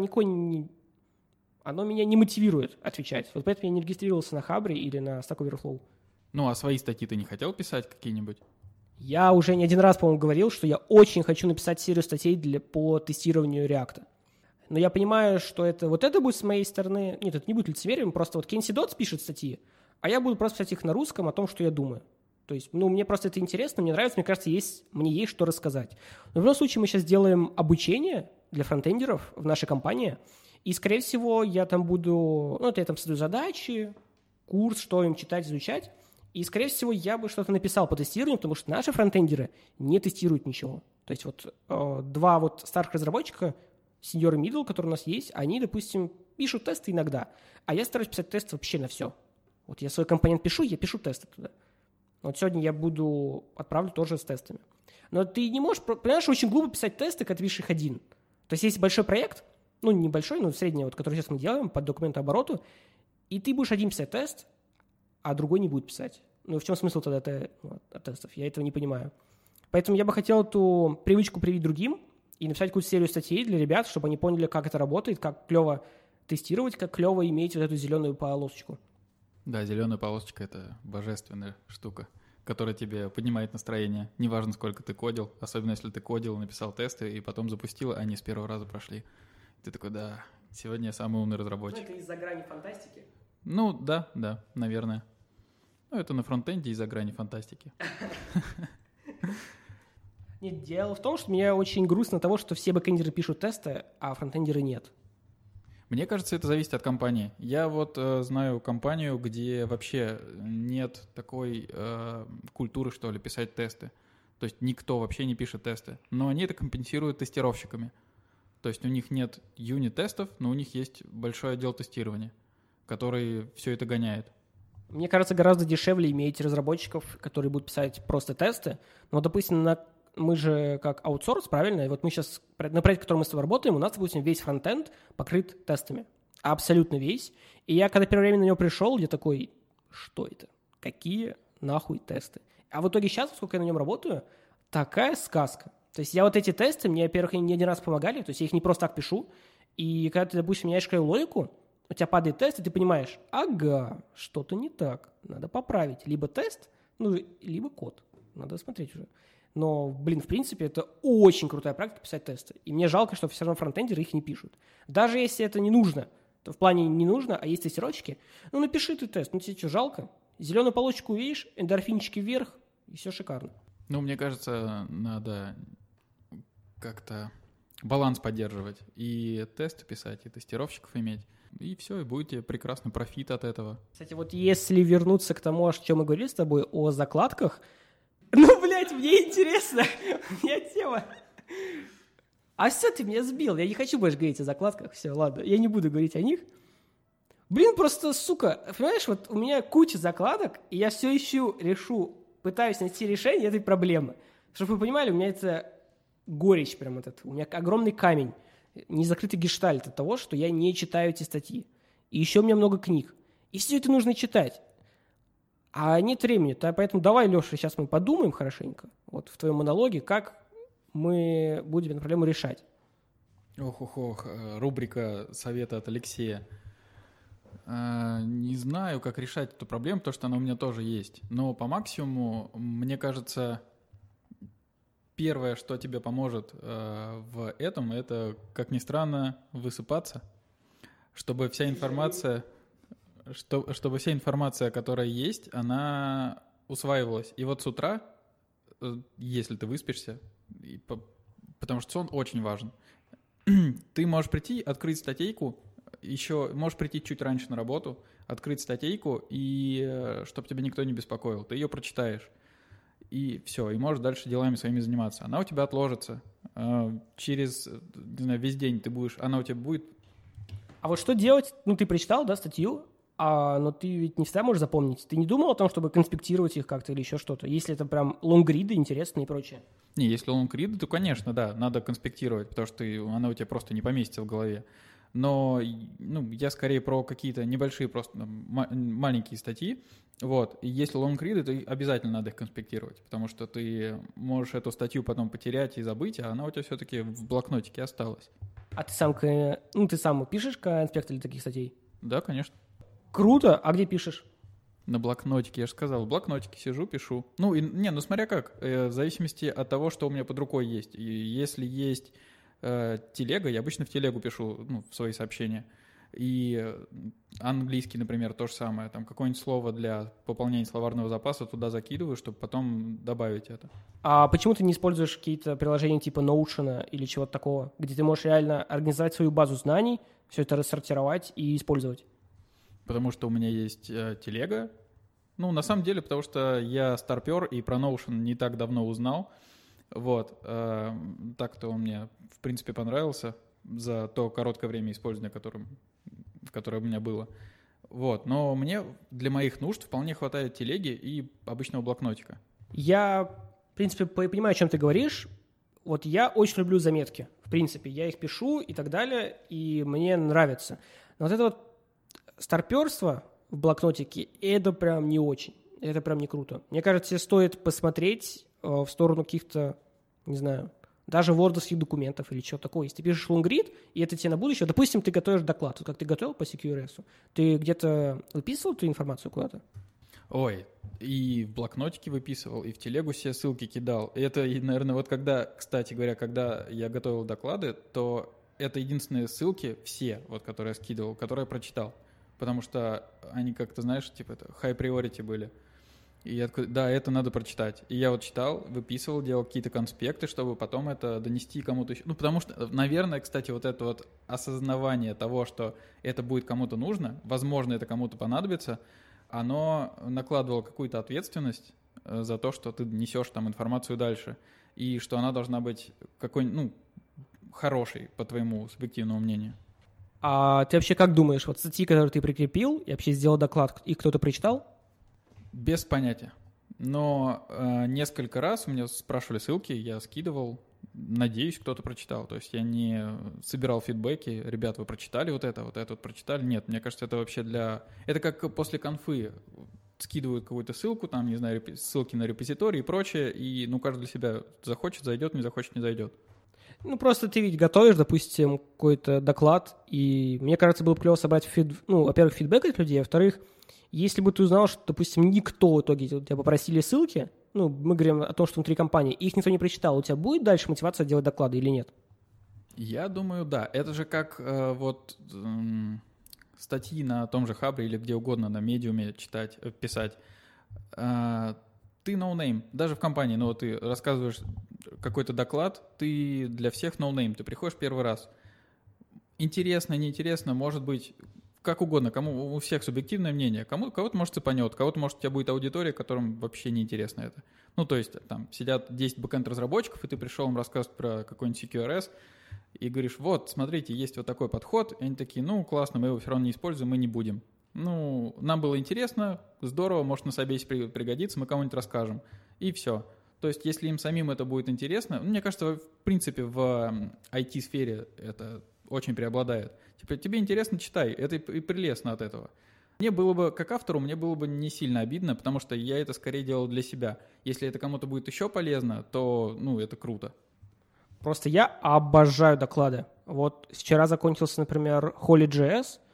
[SPEAKER 1] оно меня не мотивирует отвечать. Вот поэтому я не регистрировался на Хабре или на Stack Overflow.
[SPEAKER 2] Ну, а свои статьи ты не хотел писать какие-нибудь?
[SPEAKER 1] Я уже не один раз, по-моему, говорил, что я очень хочу написать серию статей по тестированию React. Но я понимаю, что это будет с моей стороны... Нет, это не будет лицемерием, просто вот Кенси Дотс пишет статьи, а я буду просто писать их на русском о том, что я думаю. То есть, мне просто это интересно, мне нравится, мне кажется, мне есть что рассказать. Но в любом случае мы сейчас делаем обучение для фронтендеров в нашей компании, и, скорее всего, я там буду... я там создаю задачи, курс, что им читать, изучать, и, скорее всего, я бы что-то написал по тестированию, потому что наши фронтендеры не тестируют ничего. То есть два старых разработчика, senior и middle, которые у нас есть, они, допустим, пишут тесты иногда, а я стараюсь писать тесты вообще на все. Вот я свой компонент пишу, я пишу тесты туда. Вот сегодня я отправлю тоже с тестами. Но ты не можешь, понимаешь, очень глупо писать тесты, когда ты пишешь их один. То есть есть большой проект, небольшой, но средний, который сейчас мы делаем под документообороту, и ты будешь один писать тест, а другой не будет писать. В чем смысл тогда от тестов? Я этого не понимаю. Поэтому я бы хотел эту привычку привить другим и написать какую-то серию статей для ребят, чтобы они поняли, как это работает, как клево тестировать, как клево иметь вот эту зеленую полосочку.
[SPEAKER 2] Да, зеленая полосочка — это божественная штука, которая тебе поднимает настроение. Неважно, сколько ты кодил, особенно если ты кодил, написал тесты и потом запустил, а они с первого раза прошли. Ты такой, да, сегодня я самый умный разработчик.
[SPEAKER 1] Это из-за грани фантастики?
[SPEAKER 2] Да, наверное. Это на фронтенде из-за грани фантастики.
[SPEAKER 1] Нет, дело в том, что мне очень грустно того, что все бэкэндеры пишут тесты, а фронтендеры нет.
[SPEAKER 2] Мне кажется, это зависит от компании. Я знаю компанию, где вообще нет такой культуры, что ли, писать тесты. То есть никто вообще не пишет тесты. Но они это компенсируют тестировщиками. То есть у них нет юнит-тестов, но у них есть большой отдел тестирования, который все это гоняет.
[SPEAKER 1] Мне кажется, гораздо дешевле иметь разработчиков, которые будут писать просто тесты. Но, допустим, мы же как аутсорс, правильно? И вот мы сейчас, на проекте, в котором мы с тобой работаем, у нас, допустим, весь фронтенд покрыт тестами. Абсолютно весь. И я, когда первое время на него пришел, я такой, что это? Какие нахуй тесты? А в итоге сейчас, сколько я на нем работаю, такая сказка. То есть я эти тесты, мне, во-первых, не один раз помогали, то есть я их не просто так пишу. И когда ты, допустим, меняешь какую логику, у тебя падает тест, и ты понимаешь, ага, что-то не так, надо поправить. Либо тест, либо код. Надо смотреть уже. Но, в принципе, это очень крутая практика писать тесты. И мне жалко, что все равно фронтендеры их не пишут. Даже если это не нужно, то в плане не нужно, а есть тестировщики, напиши ты тест, тебе что, жалко? Зеленую полосочку увидишь, эндорфинчики вверх, и все шикарно.
[SPEAKER 2] Мне кажется, надо как-то баланс поддерживать. И тесты писать, и тестировщиков иметь. И все, и будете прекрасный профит от этого.
[SPEAKER 1] Кстати, если вернуться к тому, о чем мы говорили с тобой, о закладках, мне интересно, у меня тема. А все, ты меня сбил, я не хочу больше говорить о закладках, все, ладно, я не буду говорить о них. Просто, сука, понимаешь, у меня куча закладок, и я все пытаюсь найти решение этой проблемы. Чтобы вы понимали, у меня это горечь прям у меня огромный камень, незакрытый гештальт от того, что я не читаю эти статьи. И еще у меня много книг. И все это нужно читать. А нет времени. Поэтому давай, Леша, сейчас мы подумаем хорошенько, в твоем монологе, как мы будем эту проблему решать.
[SPEAKER 2] Рубрика совета от Алексея. Не знаю, как решать эту проблему, потому что она у меня тоже есть. Но по максимуму, мне кажется, первое, что тебе поможет в этом, это, как ни странно, высыпаться, чтобы вся информация, чтобы вся информация, которая есть, она усваивалась. И вот с утра, если ты выспишься, потому что сон очень важен, ты можешь прийти, открыть статейку, еще можешь прийти чуть раньше на работу, открыть статейку, и чтобы тебя никто не беспокоил. Ты ее прочитаешь, и все, и можешь дальше делами своими заниматься. Она у тебя отложится. Через, не знаю, весь день она у тебя будет.
[SPEAKER 1] А вот что делать? Ну, ты прочитал, да, статью, но ты ведь не всегда можешь запомнить. Ты не думал о том, чтобы конспектировать их как-то или еще что-то? Если это прям лонгриды интересные и прочее.
[SPEAKER 2] Не, если лонгриды, то, конечно, да, надо конспектировать, потому что она у тебя просто не поместится в голове. Но я скорее про какие-то небольшие, просто маленькие статьи. Вот. И если лонгриды, то обязательно надо их конспектировать, потому что ты можешь эту статью потом потерять и забыть, а она у тебя все-таки в блокнотике осталась.
[SPEAKER 1] А ты сам пишешь конспекты для таких статей?
[SPEAKER 2] Да, конечно.
[SPEAKER 1] Круто. А где пишешь?
[SPEAKER 2] На блокнотике, я же сказал, в блокнотике сижу, пишу. Смотря как, в зависимости от того, что у меня под рукой есть. И если есть телега, я обычно в телегу пишу, в свои сообщения. И английский, например, то же самое. Там какое-нибудь слово для пополнения словарного запаса туда закидываю, чтобы потом добавить это.
[SPEAKER 1] А почему ты не используешь какие-то приложения типа Notion или чего-то такого, где ты можешь реально организовать свою базу знаний, все это рассортировать и использовать?
[SPEAKER 2] Потому что у меня есть телега. На самом деле, потому что я старпер и про Notion не так давно узнал. Вот. Так-то он мне, в принципе, понравился за то короткое время использования, которое у меня было. Вот. Но мне для моих нужд вполне хватает телеги и обычного блокнотика.
[SPEAKER 1] Я, в принципе, понимаю, о чем ты говоришь. Вот я очень люблю заметки. В принципе, я их пишу и так далее, и мне нравится. Но вот это вот старперство в блокнотике, это прям не очень. Это прям не круто. Мне кажется, стоит посмотреть в сторону каких-то, не знаю, даже вордовских документов или чего такого. Если ты пишешь лонгрид, и это тебе на будущее, допустим, ты готовишь доклад, вот как ты готовил по CQRS, ты где-то выписывал эту информацию куда-то?
[SPEAKER 2] Ой, и в блокнотике выписывал, и в телегу все ссылки кидал. И это, наверное, вот кстати говоря, когда я готовил доклады, то это единственные ссылки, все, вот, которые я скидывал, которые я прочитал. Потому что они как-то, знаешь, типа это high priority были. И я такой, да, это надо прочитать. И я вот читал, выписывал, делал какие-то конспекты, чтобы потом это донести кому-то еще. Потому что, наверное, кстати, вот это вот осознавание того, что это будет кому-то нужно, возможно, это кому-то понадобится, оно накладывало какую-то ответственность за то, что ты несешь там информацию дальше. И что она должна быть какой-нибудь, хорошей, по твоему субъективному мнению.
[SPEAKER 1] А ты вообще как думаешь, вот статьи, которые ты прикрепил, и вообще сделал доклад, их кто-то прочитал?
[SPEAKER 2] Без понятия. Но несколько раз у меня спрашивали ссылки, я скидывал. Надеюсь, кто-то прочитал. То есть я не собирал фидбэки. Ребят, вы прочитали вот это вот прочитали? Нет, мне кажется, это вообще Это как после конфы скидывают какую-то ссылку, там, не знаю, ссылки на репозиторий и прочее, и, каждый для себя захочет, зайдет, не захочет, не зайдет.
[SPEAKER 1] Просто ты ведь готовишь, допустим, какой-то доклад, и мне кажется, было бы клево собрать, во-первых, фидбэк от людей, а во-вторых, если бы ты узнал, что, допустим, никто в итоге тебя попросили ссылки, мы говорим о том, что внутри компании, их никто не прочитал, у тебя будет дальше мотивация делать доклады или нет?
[SPEAKER 2] Я думаю, да. Это же как статьи на том же Хабре или где угодно, на медиуме писать. Ты no-name, даже в компании, ты рассказываешь какой-то доклад, ты для всех no-name, ты приходишь первый раз. Интересно, неинтересно, может быть, как угодно, у всех субъективное мнение. Кого-то, может, цепанет, кого-то, может, у тебя будет аудитория, которым вообще неинтересно это. То есть там сидят 10 бэкэнд-разработчиков, и ты пришел им рассказывать про какой-нибудь CQRS, и говоришь, вот, смотрите, есть вот такой подход, и они такие, классно, мы его все равно не используем, мы не будем. Нам было интересно, здорово, может, на собесе пригодится, мы кому-нибудь расскажем. И все. То есть, если им самим это будет интересно, мне кажется, в принципе, в IT-сфере это очень преобладает. Типа, тебе интересно, читай, это и прелестно от этого. Как автору, мне было бы не сильно обидно, потому что я это скорее делал для себя. Если это кому-то будет еще полезно, то, это круто.
[SPEAKER 1] Просто я обожаю доклады. Вот вчера закончился, например, Holy.js,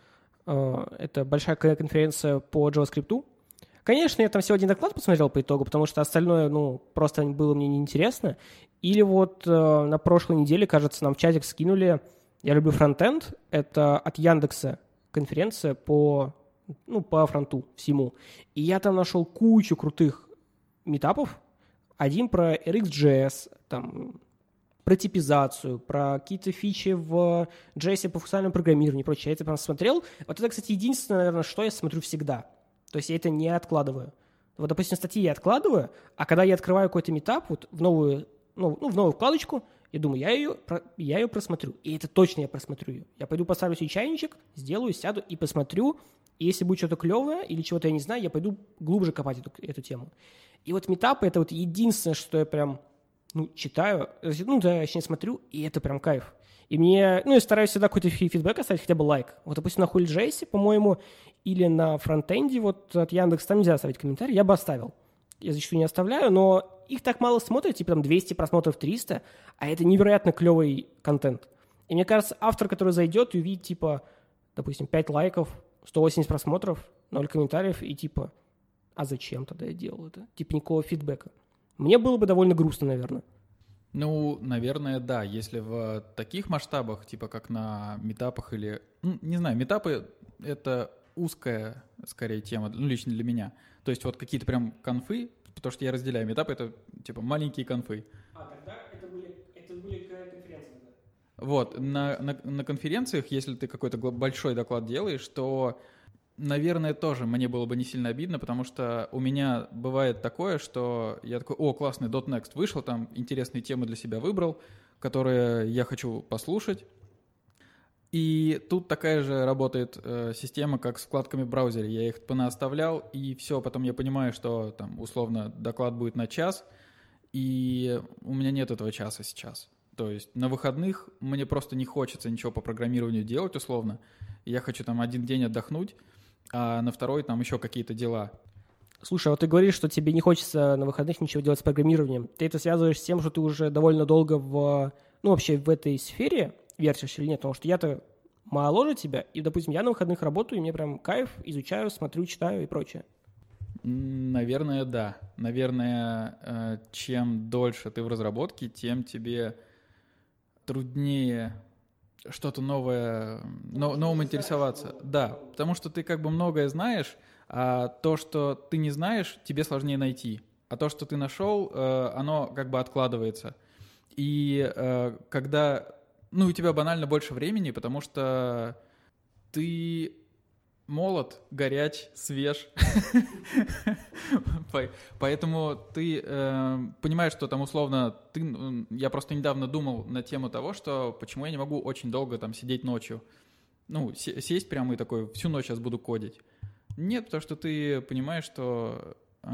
[SPEAKER 1] Это большая конференция по JavaScript. Конечно, я там всего один доклад посмотрел по итогу, потому что остальное, просто было мне неинтересно. Или вот на прошлой неделе, кажется, нам в чатик скинули «Я люблю фронтенд». Это от Яндекса конференция по фронту всему. И я там нашел кучу крутых митапов. Один про RxJS, там, про типизацию, про какие-то фичи в JS по функциональному программированию и прочее. Я это прям смотрел. Вот это, кстати, единственное, наверное, что я смотрю всегда. То есть я это не откладываю. Вот, допустим, статьи я откладываю, а когда я открываю какой-то митап вот в новую вкладочку, я думаю, я ее просмотрю. И это точно я просмотрю ее. Я пойду поставлю себе чайничек, сделаю, сяду и посмотрю. И если будет что-то клевое или чего-то я не знаю, я пойду глубже копать эту тему. И вот митапы — это вот единственное, что я прям читаю, точнее смотрю, и это прям кайф. И я стараюсь всегда какой-то фидбэк оставить, хотя бы лайк. Вот, допустим, на Holy.js, по-моему, или на фронтенде вот от Яндекса, там нельзя оставить комментарий, я бы оставил. Я зачастую не оставляю, но их так мало смотрят, типа там 200 просмотров, 300, а это невероятно клевый контент. И мне кажется, автор, который зайдет и увидит, типа, допустим, 5 лайков, 180 просмотров, 0 комментариев, и типа, а зачем тогда я делал это? Типа никакого фидбэка. Мне было бы довольно грустно, наверное.
[SPEAKER 2] Наверное, да. Если в таких масштабах, типа как на митапах или... не знаю, митапы — это узкая, скорее, тема, лично для меня. То есть вот какие-то прям конфы, потому что я разделяю митапы, это типа маленькие конфы.
[SPEAKER 1] Тогда это были конференции?
[SPEAKER 2] Вот, на конференциях, если ты какой-то большой доклад делаешь, то, наверное, тоже мне было бы не сильно обидно, потому что у меня бывает такое, что я такой, классный, .next вышел, там интересные темы для себя выбрал, которые я хочу послушать. И тут такая же работает система, как с вкладками в браузере. Я их понаоставлял, и все, потом я понимаю, что там условно доклад будет на час, и у меня нет этого часа сейчас. То есть на выходных мне просто не хочется ничего по программированию делать условно. Я хочу там один день отдохнуть, а на второй там еще какие-то дела.
[SPEAKER 1] Слушай, вот ты говоришь, что тебе не хочется на выходных ничего делать с программированием. Ты это связываешь с тем, что ты уже довольно долго вообще в этой сфере вертишься или нет? Потому что я-то моложе тебя, и, допустим, я на выходных работаю, и мне прям кайф, изучаю, смотрю, читаю и прочее.
[SPEAKER 2] Наверное, да. Наверное, чем дольше ты в разработке, тем тебе труднее что-то новое, новым интересоваться. Да, потому что ты как бы многое знаешь, а то, что ты не знаешь, тебе сложнее найти. А то, что ты нашел, оно как бы откладывается. И когда... у тебя банально больше времени, потому что ты молод, горяч, свеж. Поэтому ты понимаешь, что там условно... Я просто недавно думал на тему того, что почему я не могу очень долго там сидеть ночью. Сесть прямо и такой, всю ночь сейчас буду кодить. Нет, потому что ты понимаешь, что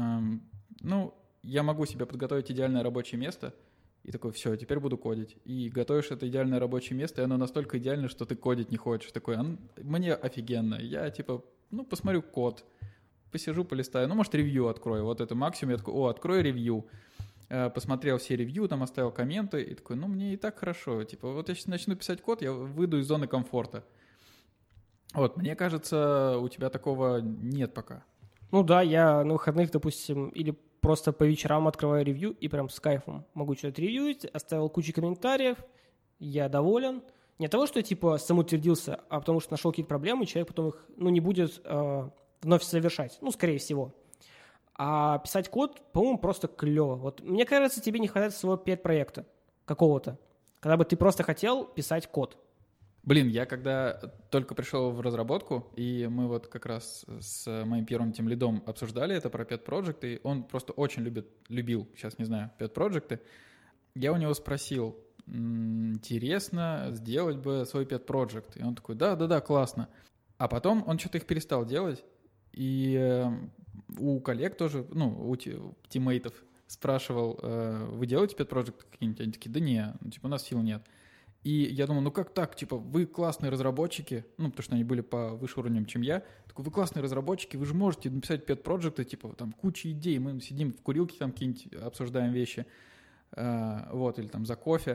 [SPEAKER 2] я могу себе подготовить идеальное рабочее место, и такой, все, теперь буду кодить. И готовишь это идеальное рабочее место, и оно настолько идеально, что ты кодить не хочешь. Такой, мне офигенно. Я посмотрю код, посижу, полистаю. Может, ревью открою. Вот это максимум. Я такой, открою ревью. Посмотрел все ревью, там оставил комменты, и такой, мне и так хорошо. Вот я сейчас начну писать код, я выйду из зоны комфорта. Вот, мне кажется, у тебя такого нет пока.
[SPEAKER 1] Да, я на выходных, допустим, или просто по вечерам открываю ревью и прям с кайфом могу что-то ревьюить, оставил кучу комментариев, я доволен. Не от того, что я самоутвердился, а потому что нашел какие-то проблемы, и человек потом их не будет вновь совершать, скорее всего. А писать код, по-моему, просто клево. Вот мне кажется, тебе не хватает своего пет-проекта какого-то, когда бы ты просто хотел писать код.
[SPEAKER 2] Блин, я когда только пришел в разработку, и мы вот как раз с моим первым тимлидом обсуждали это про пет-проджекты, и он просто очень любил, сейчас не знаю, пет-проджекты. Я у него спросил, интересно сделать бы свой пет-проджект. И он такой, да, классно. А потом он что-то их перестал делать, и у коллег тоже, у тиммейтов спрашивал, вы делаете пет-проджекты какие-нибудь? Они такие, да не, у нас сил нет. И я думал, как так, вы классные разработчики, потому что они были повыше уровнем, чем я. Такой, вы классные разработчики, вы же можете написать пет-проджекты, там куча идей, мы сидим в курилке, там какие-нибудь обсуждаем вещи, или там за кофе.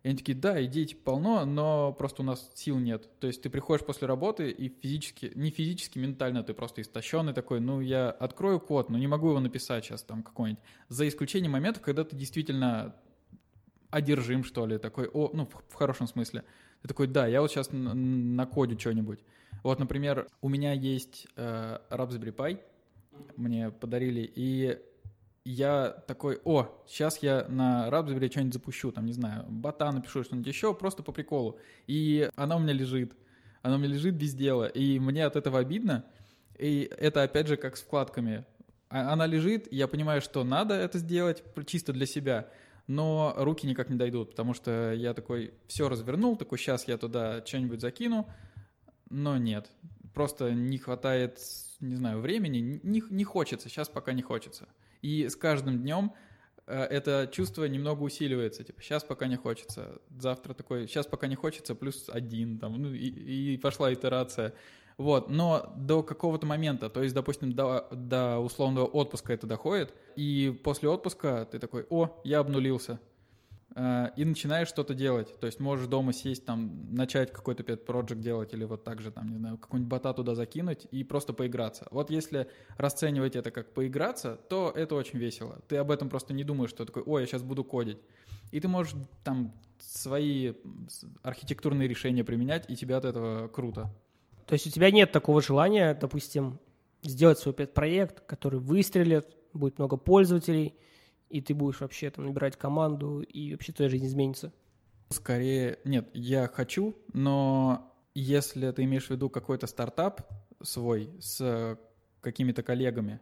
[SPEAKER 2] И они такие, да, идей типа полно, но просто у нас сил нет. То есть ты приходишь после работы и физически, не физически, ментально ты просто истощенный такой, ну я открою код, но не могу его написать сейчас там какой-нибудь. За исключением моментов, когда ты действительно одержим, что ли, такой, ну в хорошем смысле. Ты такой, да, я вот сейчас накодю что-нибудь. Вот, например, у меня есть Raspberry Pi, мне подарили, и я такой, сейчас я на Raspberry что-нибудь запущу, там, не знаю, бота напишу, что-нибудь еще, просто по приколу. И она у меня лежит без дела, и мне от этого обидно. И это, опять же, как с вкладками. Она лежит, я понимаю, что надо это сделать чисто для себя, но руки никак не дойдут, потому что я такой все развернул, такой, сейчас я туда что-нибудь закину, но нет. Просто не хватает, не знаю, времени, не хочется, сейчас пока не хочется. И с каждым днем это чувство немного усиливается. Типа, сейчас пока не хочется. Завтра такой, сейчас пока не хочется, +1. Там, ну, и пошла итерация. Вот. Но до какого-то момента, то есть, допустим, до условного отпуска это доходит. И после отпуска ты такой, я обнулился. И начинаешь что-то делать. То есть можешь дома сесть, там, начать какой-то pet project делать или вот так же, там, не знаю, какой-нибудь бота туда закинуть и просто поиграться. Вот если расценивать это как поиграться, то это очень весело. Ты об этом просто не думаешь, что такой, я сейчас буду кодить. И ты можешь там свои архитектурные решения применять, и тебе от этого круто.
[SPEAKER 1] То есть у тебя нет такого желания, допустим, сделать свой pet-проект, который выстрелит, будет много пользователей, и ты будешь вообще там набирать команду, и вообще твоя жизнь изменится?
[SPEAKER 2] Скорее, нет, я хочу, но если ты имеешь в виду какой-то стартап свой с какими-то коллегами,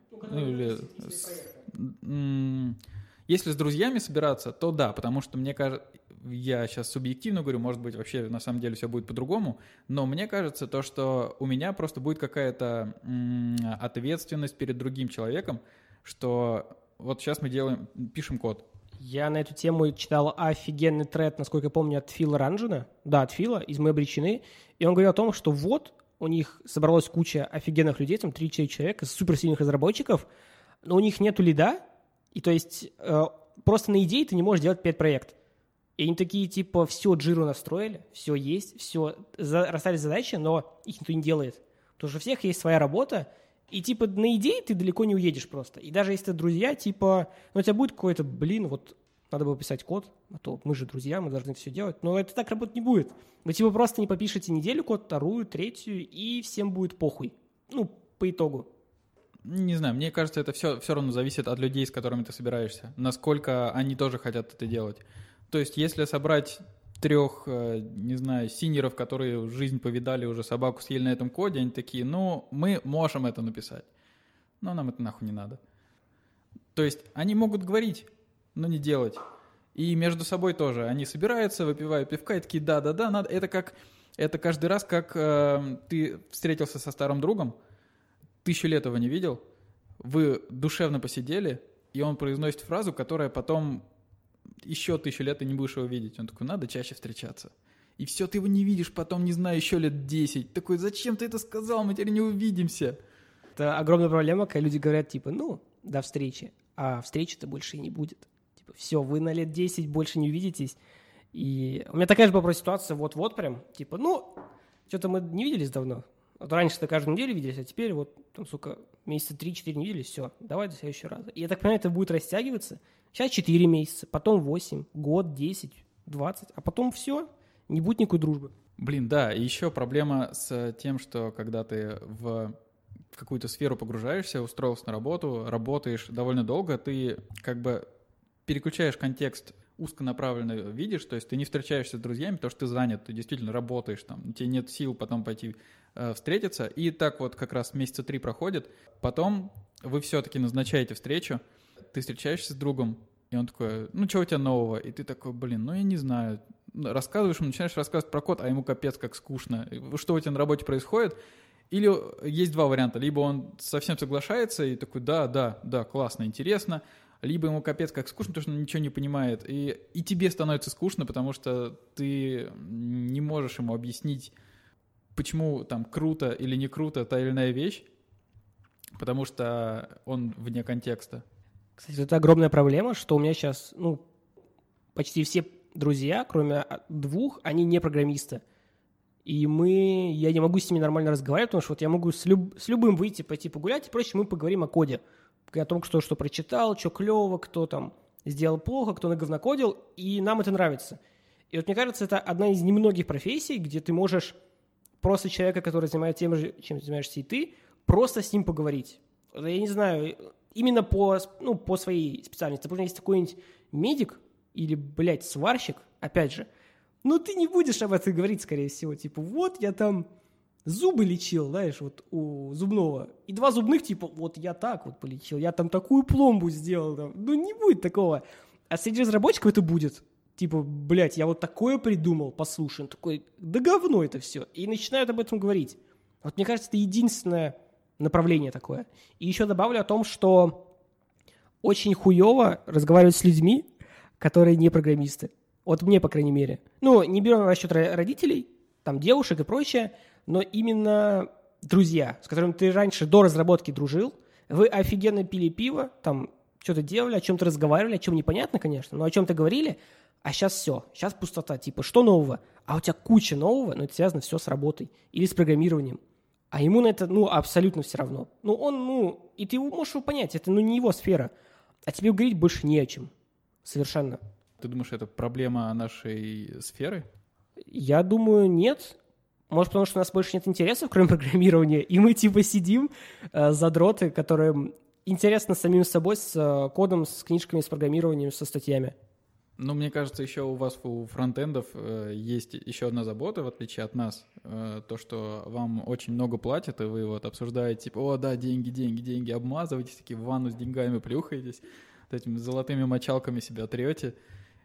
[SPEAKER 2] если с друзьями собираться, то да, потому что мне кажется, я сейчас субъективно говорю, может быть, вообще на самом деле все будет по-другому, но мне кажется то, что у меня просто будет какая-то ответственность перед другим человеком, что вот сейчас мы пишем код.
[SPEAKER 1] Я на эту тему читал офигенный тред, насколько я помню, от Фила Ранжина. Да, от Фила, из «Мы обречены». И он говорил о том, что вот у них собралась куча офигенных людей, там 3-4 человека, суперсильных разработчиков, но у них нету лида, и то есть просто на идее ты не можешь делать пет-проект. И они такие, типа, все джиру настроили, все есть, все, расставили задачи, но их никто не делает. Потому что у всех есть своя работа, и, типа, на идее ты далеко не уедешь просто. И даже если ты друзья, типа, у тебя будет какой-то, вот надо было писать код, а то мы же друзья, мы должны это все делать. Но это так работать не будет. Вы, типа, просто не попишете неделю код, вторую, третью, и всем будет похуй. Ну, по итогу.
[SPEAKER 2] Не знаю, мне кажется, это все равно зависит от людей, с которыми ты собираешься. Насколько они тоже хотят это делать. То есть, если собрать 3, не знаю, синьоров, которые жизнь повидали, уже собаку съели на этом коде, они такие, мы можем это написать, но нам это нахуй не надо. То есть они могут говорить, но не делать. И между собой тоже. Они собираются, выпивают пивка и такие, да, надо. Это каждый раз, как ты встретился со старым другом, 1000 лет его не видел, вы душевно посидели, и он произносит фразу, которая потом еще 1000 лет ты не будешь его видеть. Он такой, надо чаще встречаться. И все, ты его не видишь потом, не знаю, еще лет 10. Такой, зачем ты это сказал, мы теперь не увидимся.
[SPEAKER 1] Это огромная проблема, когда люди говорят, типа, до встречи, а встречи-то больше и не будет. Типа, все, вы на лет 10 больше не увидитесь. И у меня такая же была ситуация, вот-вот прям, типа, что-то мы не виделись давно. Вот раньше-то каждую неделю виделись, а теперь вот, месяца 3-4 не виделись, все, давай до следующего раза. И я так понимаю, это будет растягиваться. Сейчас 4 месяца, потом 8, год, 10, 20, а потом все, не будет никакой дружбы.
[SPEAKER 2] Блин, да, и еще проблема с тем, что когда ты в какую-то сферу погружаешься, устроился на работу, работаешь довольно долго, ты как бы переключаешь контекст, узконаправленно видишь, то есть ты не встречаешься с друзьями, потому что ты занят, ты действительно работаешь, там, у тебя нет сил потом пойти встретиться, и так вот как раз месяца 3 проходит, потом вы все-таки назначаете встречу, ты встречаешься с другом, и он такой, что у тебя нового? И ты такой, я не знаю. Рассказываешь ему, начинаешь рассказывать про код, а ему капец как скучно. Что у тебя на работе происходит? Или есть 2 варианта. Либо он совсем соглашается и такой, да, классно, интересно. Либо ему капец как скучно, потому что он ничего не понимает. И тебе становится скучно, потому что ты не можешь ему объяснить, почему там круто или не круто та или иная вещь, потому что он вне контекста.
[SPEAKER 1] Кстати, это огромная проблема, что у меня сейчас, почти все друзья, кроме 2, они не программисты. И я не могу с ними нормально разговаривать, потому что вот я могу с любым выйти, пойти погулять, и прочее, мы поговорим о коде. О том, кто что прочитал, что клево, кто там сделал плохо, кто наговнокодил, и нам это нравится. И вот мне кажется, это одна из немногих профессий, где ты можешь просто человека, который занимается тем же, чем занимаешься и ты, просто с ним поговорить. Я не знаю, именно по своей специальности. Допустим, есть какой-нибудь медик или, сварщик, опять же, ты не будешь об этом говорить, скорее всего. Типа, вот я там зубы лечил, знаешь, вот у зубного. И 2 зубных, типа, вот я так вот полечил, я там такую пломбу сделал. Там. Не будет такого. А среди разработчиков это будет. Типа, я вот такое придумал, послушай. Он такой, да говно это все. И начинают об этом говорить. Вот мне кажется, это единственное направление такое. И еще добавлю о том, что очень хуево разговаривать с людьми, которые не программисты. Вот мне, по крайней мере. Не берем на расчет родителей, там, девушек и прочее, но именно друзья, с которыми ты раньше до разработки дружил, вы офигенно пили пиво, там, что-то делали, о чем-то разговаривали, о чем непонятно, конечно, но о чем-то говорили, а сейчас все, сейчас пустота, типа, что нового? А у тебя куча нового, но это связано все с работой или с программированием. А ему на это, абсолютно все равно. И ты можешь его понять, это, не его сфера, а тебе говорить больше не о чем. Совершенно.
[SPEAKER 2] Ты думаешь, это проблема нашей сферы?
[SPEAKER 1] Я думаю, нет. Может, потому что у нас больше нет интересов, кроме программирования, и мы типа сидим, задроты, которым интересно самим собой, с кодом, с книжками, с программированием, со статьями.
[SPEAKER 2] Мне кажется, еще у вас, у фронтендов, есть еще одна забота, в отличие от нас. То, что вам очень много платят, и вы вот обсуждаете, типа, о, да, деньги, обмазываетесь, такие в ванну с деньгами плюхаетесь, вот этими золотыми мочалками себя трете,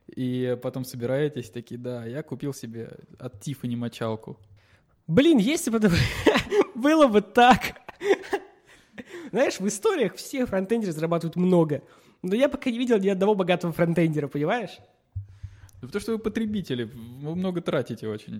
[SPEAKER 2] и потом собираетесь, такие, да, я купил себе от Тиффани мочалку.
[SPEAKER 1] Если бы это было бы так. Знаешь, в историях все фронтендеры зарабатывают много. Но я пока не видел ни одного богатого фронтендера, понимаешь?
[SPEAKER 2] Потому что вы потребители, вы много тратите очень.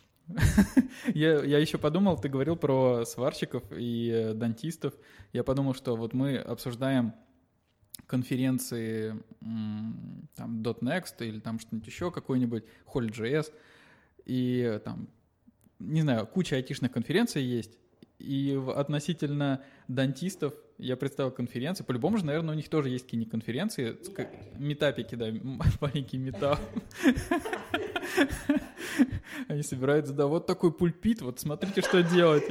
[SPEAKER 2] Я еще подумал, ты говорил про сварщиков и дантистов. Я подумал, что вот мы обсуждаем конференции там .next или там что-нибудь еще, какой-нибудь Hall.js, и там, не знаю, куча айтишных конференций есть, и относительно дантистов я представил конференции. По-любому же, наверное, у них тоже есть какие-нибудь конференции. Метапики, да, маленький метап. Они собираются, да, вот такой пульпит, вот смотрите, что делать.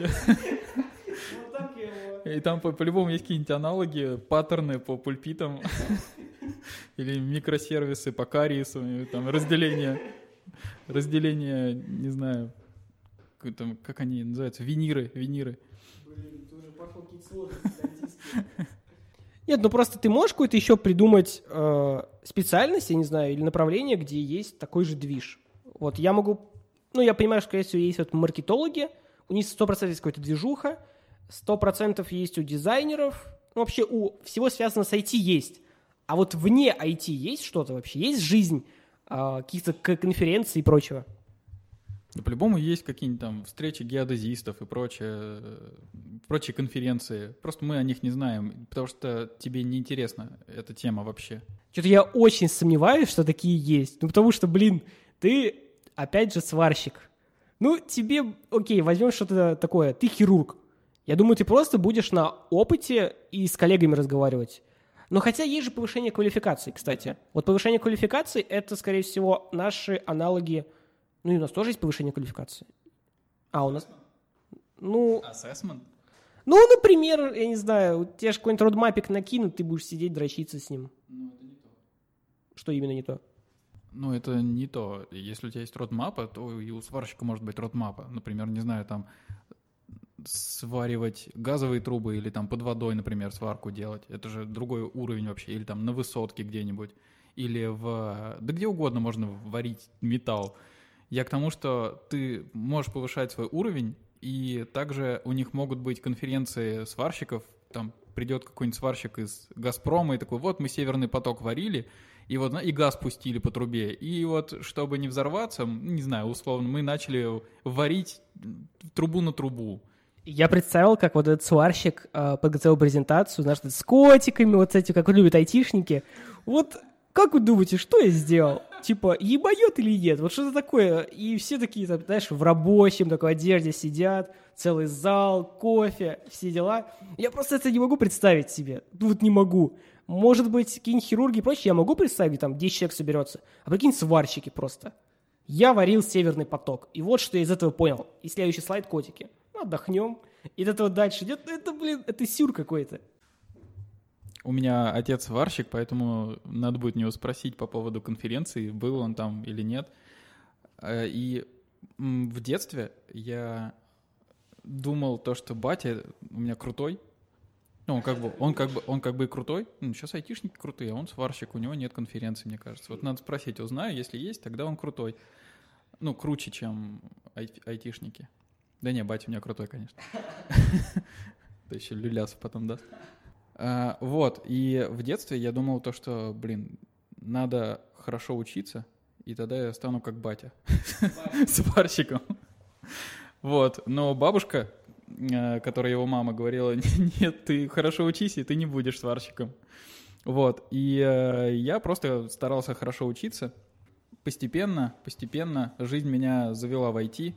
[SPEAKER 2] И там по-любому есть какие-нибудь аналоги, паттерны по пульпитам. Или микросервисы по кариесу, там разделение, не знаю, как они называются, виниры. Блин, ты уже пошел какие-то сложности.
[SPEAKER 1] Нет, просто ты можешь какую-то еще придумать специальность, я не знаю, или направление, где есть такой же движ. Вот я могу, я понимаю, что, скорее всего, есть вот маркетологи, у них 100% есть какая-то движуха, 100% есть у дизайнеров, вообще у всего связано с IT есть. А вот вне IT есть что-то вообще? Есть жизнь каких-то конференций и прочего?
[SPEAKER 2] Да, по-любому есть какие-нибудь там встречи геодезистов и прочие конференции. Просто мы о них не знаем, потому что тебе не интересна эта тема вообще.
[SPEAKER 1] Что-то я очень сомневаюсь, что такие есть. Потому что, ты, опять же, сварщик. Тебе, окей, возьмем что-то такое. Ты хирург. Я думаю, ты просто будешь на опыте и с коллегами разговаривать. Но хотя есть же повышение квалификации, кстати. Вот повышение квалификации – это, скорее всего, наши аналоги. И у нас тоже есть повышение квалификации. А у нас...
[SPEAKER 2] Assessment?
[SPEAKER 1] Например, я не знаю, тебе же какой-нибудь родмапик накинут, ты будешь сидеть, дрочиться с ним.
[SPEAKER 2] Это не то.
[SPEAKER 1] Что именно не то?
[SPEAKER 2] Это не то. Если у тебя есть родмапа, то и у сварщика может быть родмапа. Например, не знаю, там сваривать газовые трубы или там под водой, например, сварку делать. Это же другой уровень вообще. Или там на высотке где-нибудь. Или да где угодно можно варить металл. Я к тому, что ты можешь повышать свой уровень, и также у них могут быть конференции сварщиков, там придет какой-нибудь сварщик из «Газпрома» и такой, вот мы «Северный поток» варили, и газ пустили по трубе, и вот чтобы не взорваться, не знаю, условно, мы начали варить трубу на трубу.
[SPEAKER 1] Я представил, как вот этот сварщик подготовил презентацию, с котиками, вот с этим, как любят айтишники. Вот как вы думаете, что я сделал? типа, ебает или нет? Вот что-то такое. И все такие, там, знаешь, в рабочем такой одежде сидят, целый зал, кофе, все дела. Я просто это не могу представить себе. Ну вот не могу. Может быть, какие-нибудь хирурги и прочее, я могу представить, там 10 человек соберется. А прикинь, сварщики просто. Я варил «Северный поток». И вот что я из этого понял. И следующий слайд, котики. Отдохнем. И от этого дальше идет. Это, блин, это сюр какой-то.
[SPEAKER 2] У меня отец сварщик, поэтому надо будет у него спросить по поводу конференции, был он там или нет. И в детстве я думал то, что батя у меня крутой. Ну, он как бы и крутой. Ну, сейчас айтишники крутые, а он сварщик, у него нет конференции, мне кажется. Вот надо спросить, узнаю, если есть, тогда он крутой. Ну, круче, чем айтишники. Да не, батя у меня крутой, конечно. Да еще Люлясов потом даст. Вот, и в детстве я думал то, что, блин, надо хорошо учиться, и тогда я стану как батя, сварщиком. Вот, но бабушка, которая его мама, говорила, нет, ты хорошо учись, и ты не будешь сварщиком. Вот, и я просто старался хорошо учиться. Постепенно жизнь меня завела в IT,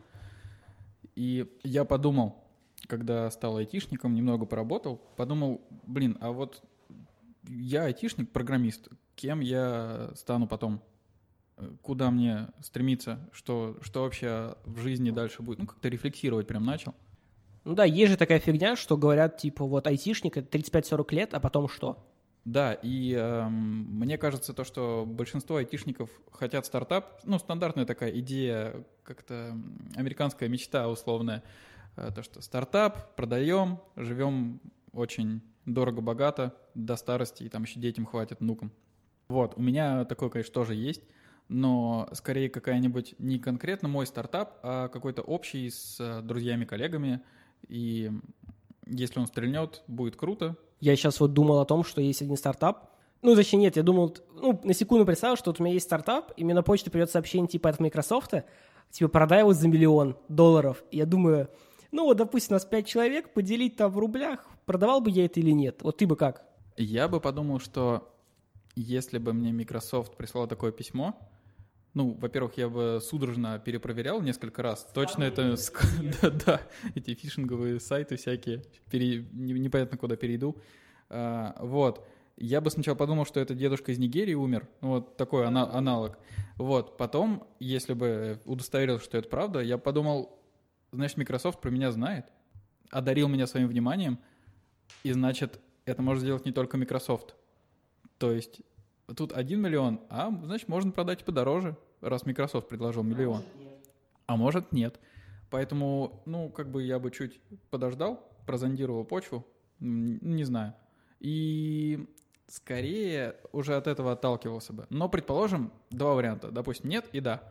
[SPEAKER 2] и я подумал, когда стал айтишником, немного поработал, подумал, блин, а вот я айтишник, программист, кем я стану потом? Куда мне стремиться? Что вообще в жизни дальше будет? Ну, как-то рефлексировать прям начал.
[SPEAKER 1] Ну да, есть же такая фигня, что говорят, типа, вот айтишник — это 35-40 лет, а потом что?
[SPEAKER 2] Да, и мне кажется, то, что большинство айтишников хотят стартап, ну, стандартная такая идея, как-то американская мечта условная, то, что стартап, продаем, живем очень дорого-богато до старости, и там еще детям хватит, внукам. Вот, у меня такое, конечно, тоже есть, но скорее какая-нибудь не конкретно мой стартап, а какой-то общий с друзьями, коллегами, и если он стрельнет, будет круто.
[SPEAKER 1] Я сейчас вот думал о том, что есть один стартап. Ну, точнее, нет, я думал, ну, на секунду представил, что вот у меня есть стартап, и мне на почту придет сообщение типа от Microsoft, типа, продай его за $1 миллион. И я думаю, ну вот, допустим, у нас 5 человек, поделить там в рублях, продавал бы я это или нет? Вот ты бы как?
[SPEAKER 2] Я бы подумал, что если бы мне Microsoft прислал такое письмо, ну, во-первых, я бы судорожно перепроверял несколько раз. Точно это... Да, эти фишинговые сайты всякие, непонятно куда перейду. Вот. Я бы сначала подумал, что это дедушка из Нигерии умер, вот такой аналог. Вот. Потом, если бы удостоверился, что это правда, я подумал, значит, Microsoft про меня знает, одарил меня своим вниманием, и, значит, это может сделать не только Microsoft. То есть тут 1 миллион, а, значит, можно продать подороже, раз Microsoft предложил $1 миллион. А может, нет. Поэтому, ну, как бы я бы чуть подождал, прозондировал почву, не знаю. И скорее уже от этого отталкивался бы. Но, предположим, 2 варианта. Допустим, нет и да.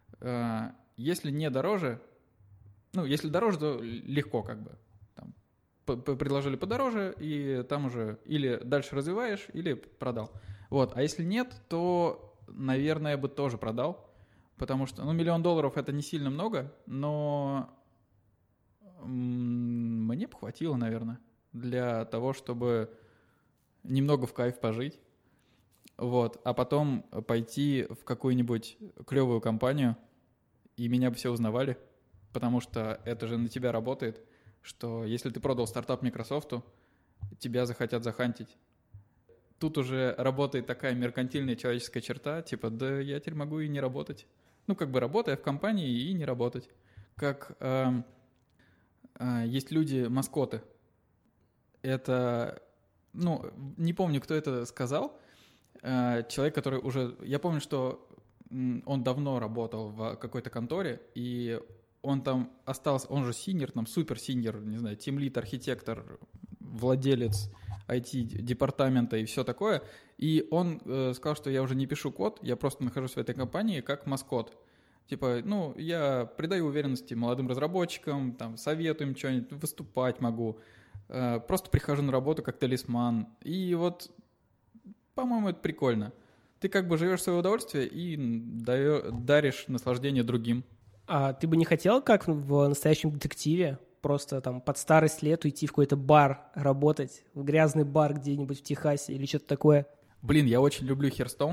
[SPEAKER 2] Если не дороже, ну, если дороже, то легко как бы. Там, предложили подороже, и там уже или дальше развиваешь, или продал. Вот. А если нет, то, наверное, я бы тоже продал. Потому что, ну, $1 миллион это не сильно много, но мне бы хватило, наверное, для того, чтобы немного в кайф пожить. Вот. А потом пойти в какую-нибудь клевую компанию, и меня бы все узнавали. Потому что это же на тебя работает, что если ты продал стартап Microsoft, тебя захотят захантить. Тут уже работает такая меркантильная человеческая черта, типа, да я теперь могу и не работать. Ну, как бы работая в компании и не работать. Как есть люди-маскоты. Это, ну, не помню, кто это сказал. Человек, который уже... Я помню, что он давно работал в какой-то конторе, и он там остался, он же синьор, там супер-синьор, не знаю, тимлид, архитектор, владелец IT-департамента и все такое. И он сказал, что я уже не пишу код, я просто нахожусь в этой компании как маскот. Типа, ну, я придаю уверенности молодым разработчикам, там, советую им что-нибудь, выступать могу. Просто прихожу на работу как талисман. И вот, по-моему, это прикольно. Ты как бы живешь в свое удовольствие и даришь наслаждение другим.
[SPEAKER 1] А ты бы не хотел, как в «Настоящем детективе», просто там под старость лет уйти в какой-то бар работать, в грязный бар где-нибудь в Техасе или что-то такое?
[SPEAKER 2] Блин, я очень люблю Херстоун.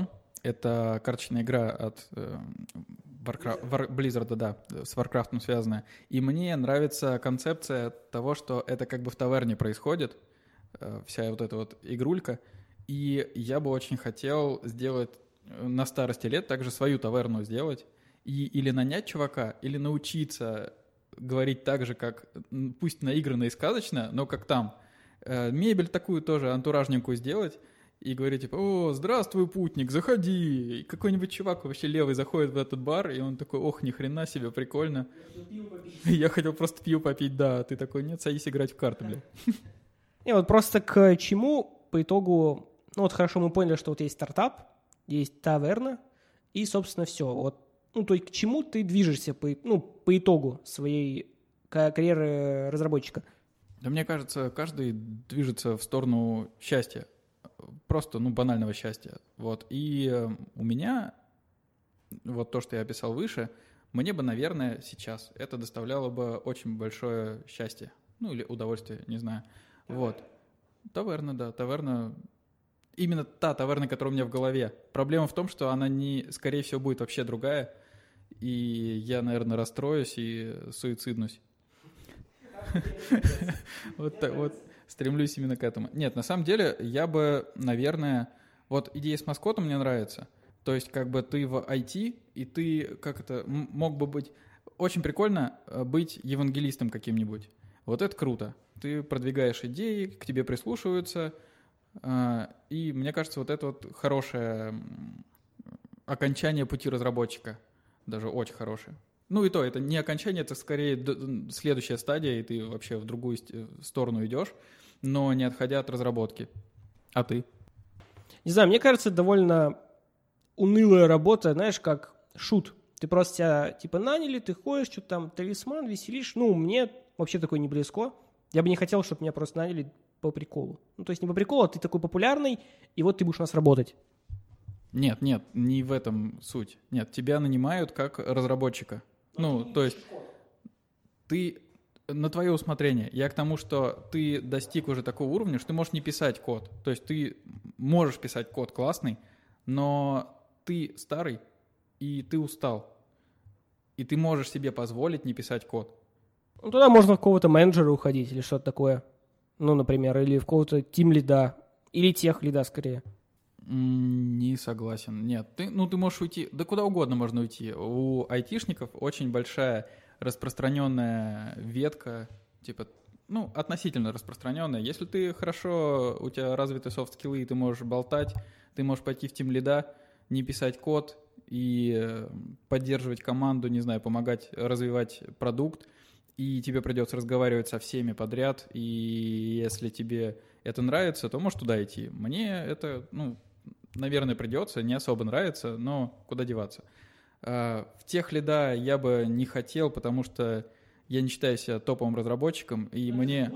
[SPEAKER 2] Это карточная игра от Blizzard, да, с Warcraft связанная. И мне нравится концепция того, что это как бы в таверне происходит, вся вот эта вот игрулька. И я бы очень хотел сделать на старости лет также свою таверну сделать. И или нанять чувака, или научиться говорить так же, как, пусть наигранно и сказочно, но как там. Мебель такую тоже антуражненькую сделать и говорить, типа, о, здравствуй, путник, заходи. И какой-нибудь чувак вообще левый заходит в этот бар, и он такой, ох, ни хрена себе, прикольно. Я хотел просто пиво попить, да. Ты такой, нет, садись играть в карты, блин.
[SPEAKER 1] И вот просто к чему по итогу, ну вот хорошо, мы поняли, что вот есть стартап, есть таверна, и, собственно, все. Вот, ну, то есть к чему ты движешься по итогу своей карьеры разработчика?
[SPEAKER 2] Да мне кажется, каждый движется в сторону счастья. Просто, банального счастья. Вот. И у меня, вот то, что я описал выше, мне бы, наверное, сейчас это доставляло бы очень большое счастье. Ну, или удовольствие, не знаю. Вот. Таверна, да, таверна. Именно та таверна, которая у меня в голове. Проблема в том, что она, скорее всего, будет вообще другая. И я, наверное, расстроюсь и суициднусь. Вот так вот. Стремлюсь именно к этому. Нет, на самом деле, я бы, наверное... Вот идея с маскотом мне нравится. То есть, как бы ты в IT, и ты мог бы быть... Очень прикольно быть евангелистом каким-нибудь. Вот это круто. Ты продвигаешь идеи, к тебе прислушиваются. И мне кажется, вот это вот хорошее окончание пути разработчика. Даже очень хорошее. Ну и то, это не окончание, это скорее следующая стадия, и ты вообще в другую сторону идешь, но не отходя от разработки. А ты?
[SPEAKER 1] Не знаю, мне кажется, это довольно унылая работа, знаешь, как шут. Ты просто тебя типа наняли, ты ходишь, что-то там талисман, веселишь. Ну, мне вообще такое не близко. Я бы не хотел, чтобы меня просто наняли по приколу. Ну, то есть не по приколу, а ты такой популярный, и вот ты будешь у нас работать.
[SPEAKER 2] Нет, не в этом суть. Нет, тебя нанимают как разработчика. То есть ты на твое усмотрение. Я к тому, что ты достиг уже такого уровня, что ты можешь не писать код. То есть ты можешь писать код классный, но ты старый, и ты устал. И ты можешь себе позволить не писать код.
[SPEAKER 1] Ну, тогда можно в какого-то менеджера уходить или что-то такое. Ну, например, или в какого-то тим-лида. Или тех-лида, скорее.
[SPEAKER 2] Не согласен. Нет, ты можешь уйти, да куда угодно можно уйти. У айтишников очень большая распространенная ветка, типа, относительно распространенная. Если ты хорошо, у тебя развиты софт-скиллы, и ты можешь болтать, ты можешь пойти в тим-лида, не писать код и поддерживать команду, не знаю, помогать развивать продукт, и тебе придется разговаривать со всеми подряд, и если тебе это нравится, то можешь туда идти. Мне это, наверное, придется, не особо нравится, но куда деваться. В тех-лида я бы не хотел, потому что я не считаю себя топовым разработчиком, и мне...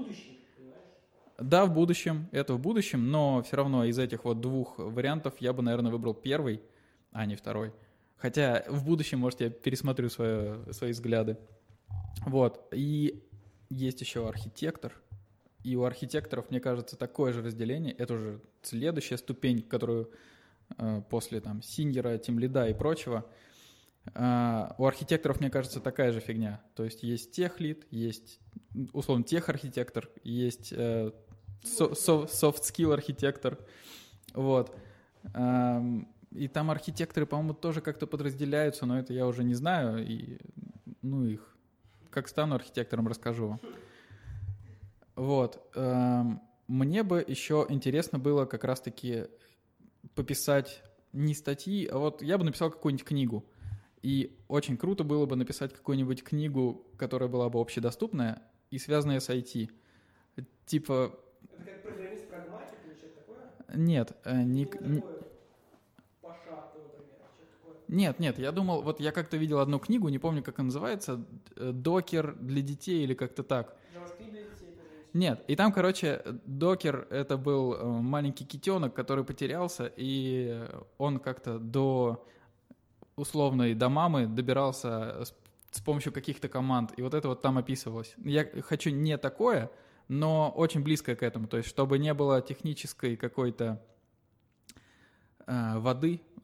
[SPEAKER 2] Да, в будущем, это в будущем, но все равно из этих вот двух вариантов я бы, наверное, выбрал первый, а не второй. Хотя в будущем, может, я пересмотрю свои взгляды. Вот, и есть еще архитектор. И у архитекторов, мне кажется, такое же разделение. Это уже следующая ступень, которую после синьора, тимлида и прочего. У архитекторов, мне кажется, такая же фигня. То есть техлид, есть, условно, техархитектор, есть soft-skill архитектор. Вот. И там архитекторы, по-моему, тоже как-то подразделяются, но это я уже не знаю. И, их. Как стану архитектором, расскажу. Вот. Мне бы еще интересно было как раз-таки пописать не статьи, а вот я бы написал какую-нибудь книгу. И очень круто было бы написать какую-нибудь книгу, которая была бы общедоступная и связанная с IT. Типа...
[SPEAKER 1] Это как программист-прагматик или что-то такое?
[SPEAKER 2] Нет, Нет, я думал, вот я как-то видел одну книгу, не помню, как она называется, «Докер для детей» или как-то так. Нет, и там, докер — это был маленький китенок, который потерялся, и он как-то до условной, до мамы добирался с помощью каких-то команд, и вот это вот там описывалось. Я хочу не такое, но очень близкое к этому, то есть чтобы не было технической какой-то воды,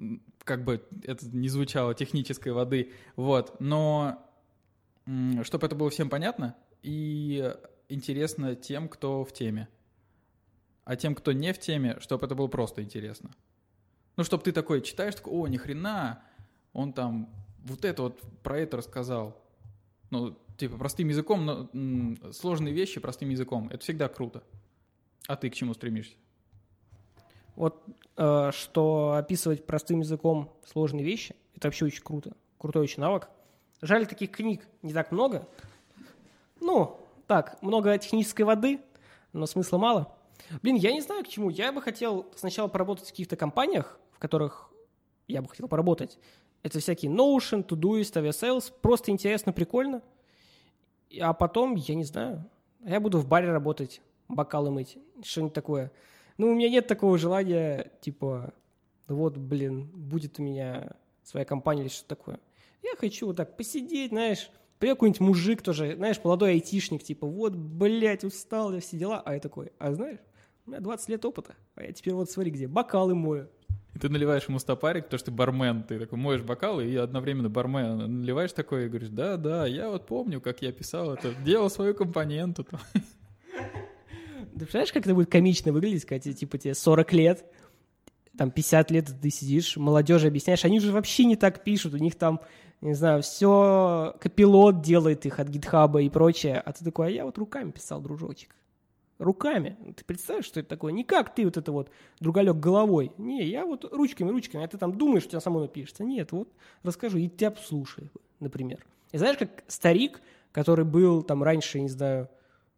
[SPEAKER 2] как бы это не звучало, технической воды, вот, но чтобы это было всем понятно и интересно тем, кто в теме. А тем, кто не в теме, чтобы это было просто интересно. Ну, чтобы ты такой читаешь, такой, о, ни хрена, он там вот это вот про это рассказал. Ну, типа, простым языком, но сложные вещи простым языком. Это всегда круто. А ты к чему стремишься?
[SPEAKER 1] Вот что описывать простым языком сложные вещи, это вообще очень круто. Крутой очень навык. Жаль, таких книг не так много. Ну, так, много технической воды, но смысла мало. Блин, я не знаю к чему. Я бы хотел сначала поработать в каких-то компаниях, в которых я бы хотел поработать. Это всякие Notion, Todoist, Aviasales. Просто интересно, прикольно. А потом, я не знаю, я буду в баре работать, бокалы мыть, что-нибудь такое. Ну, у меня нет такого желания, типа, вот, блин, будет у меня своя компания или что-то такое. Я хочу вот так посидеть, знаешь, придет какой-нибудь мужик тоже, знаешь, молодой айтишник, типа, вот, блядь, устал, я все дела. А я такой, а знаешь, у меня 20 лет опыта, а я теперь вот смотри где, бокалы мою.
[SPEAKER 2] И ты наливаешь ему стопарик, потому что ты бармен, ты такой моешь бокалы и одновременно бармен. Наливаешь такой и говоришь, да, я вот помню, как я писал это, делал свою компоненту. Ты
[SPEAKER 1] представляешь, как это будет комично выглядеть, когда типа тебе 40 лет, там 50 лет ты сидишь, молодежи объясняешь, они уже вообще не так пишут, у них там, не знаю, все копилот делает их от гитхаба и прочее, а ты такой, а я вот руками писал, дружочек. Руками. Ты представляешь, что это такое? Не как ты вот это вот, другалек, головой. Не, я вот ручками, а ты там думаешь, что у тебя само напишется. Нет, вот расскажу, и тебя послушай, например. И знаешь, как старик, который был там раньше, не знаю,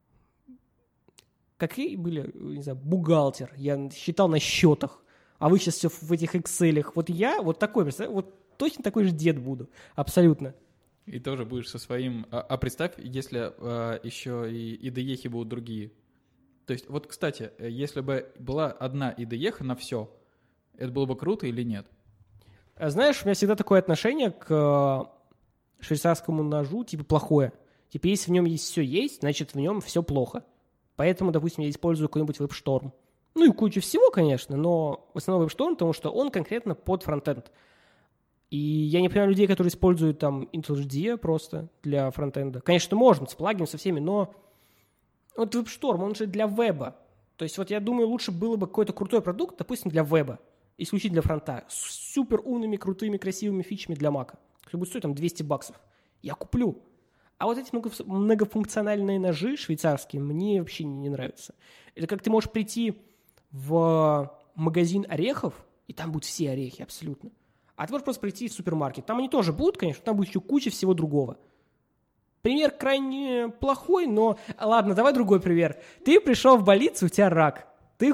[SPEAKER 1] какие были, не знаю, бухгалтер, я считал на счетах, а вы сейчас все в этих Excel-ах. Вот я вот такой, представляешь, вот точно такой же дед буду, абсолютно.
[SPEAKER 2] И тоже будешь со своим... А представь, если еще и IDE-хи будут другие. То есть, вот, кстати, если бы была одна IDE на все, это было бы круто или нет?
[SPEAKER 1] Знаешь, у меня всегда такое отношение к швейцарскому ножу, типа, плохое. Типа, если в нем все есть, значит, в нем все плохо. Поэтому, допустим, я использую какой-нибудь WebStorm. Ну и кучу всего, конечно, но в основном WebStorm, потому что он конкретно под фронтенд. И я не понимаю людей, которые используют там IntelliJ просто для фронтенда. Конечно, можно, с плагином, со всеми, но вот WebStorm, он же для веба. То есть вот я думаю, лучше было бы какой-то крутой продукт, допустим, для веба, исключительно для фронта, с супер умными, крутыми, красивыми фичами для Mac, который будет стоить там $200. Я куплю. А вот эти многофункциональные ножи швейцарские мне вообще не нравятся. Это как ты можешь прийти в магазин орехов, и там будут все орехи абсолютно. А ты можешь просто прийти в супермаркет. Там они тоже будут, конечно, там будет еще куча всего другого. Пример крайне плохой, но... Ладно, давай другой пример. Ты пришел в больницу, у тебя рак. Ты...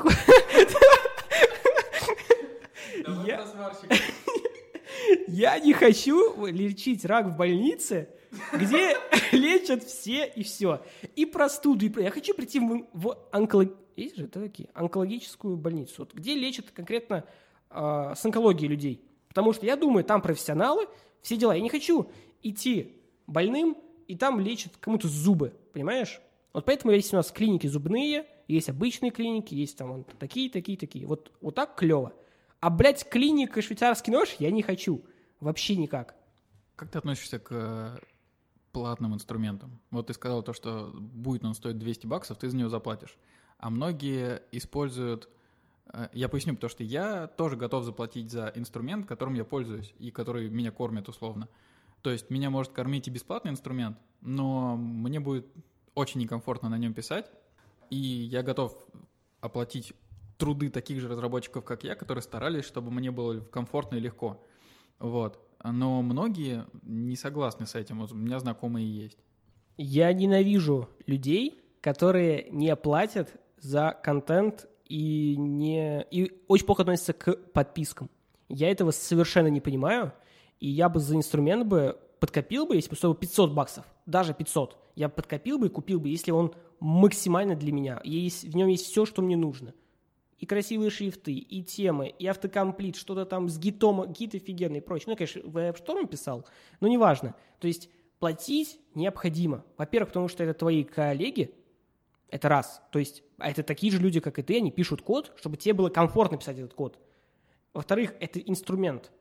[SPEAKER 1] Я не хочу лечить рак в больнице, где лечат все и все. И простуду. Я хочу прийти в онкологическую больницу, вот, где лечат конкретно с онкологией людей. Потому что я думаю, там профессионалы, все дела. Я не хочу идти больным, и там лечат кому-то зубы, понимаешь? Вот поэтому есть у нас клиники зубные, есть обычные клиники, есть там вон, такие. Вот так клево. А, блядь, клиника швейцарский нож я не хочу. Вообще никак.
[SPEAKER 2] Как ты относишься к платным инструментам? Вот ты сказал то, что будет он стоить $200, ты за него заплатишь. А многие используют... Я поясню, потому что я тоже готов заплатить за инструмент, которым я пользуюсь, и который меня кормит условно. То есть меня может кормить и бесплатный инструмент, но мне будет очень некомфортно на нем писать, и я готов оплатить труды таких же разработчиков, как я, которые старались, чтобы мне было комфортно и легко. Вот. Но многие не согласны с этим. Вот у меня знакомые есть.
[SPEAKER 1] Я ненавижу людей, которые не платят за контент и очень плохо относятся к подпискам. Я этого совершенно не понимаю. И я бы за инструмент бы подкопил бы, если бы стоил $500, даже 500. Я подкопил бы и купил бы, если он максимально для меня. В нем есть все, что мне нужно. И красивые шрифты, и темы, и автокомплит, что-то там с гитом, гит офигенный и прочее. Ну, я, конечно, в WebStorm писал, но неважно. То есть платить необходимо. Во-первых, потому что это твои коллеги, это раз. То есть это такие же люди, как и ты, они пишут код, чтобы тебе было комфортно писать этот код. Во-вторых, это инструмент.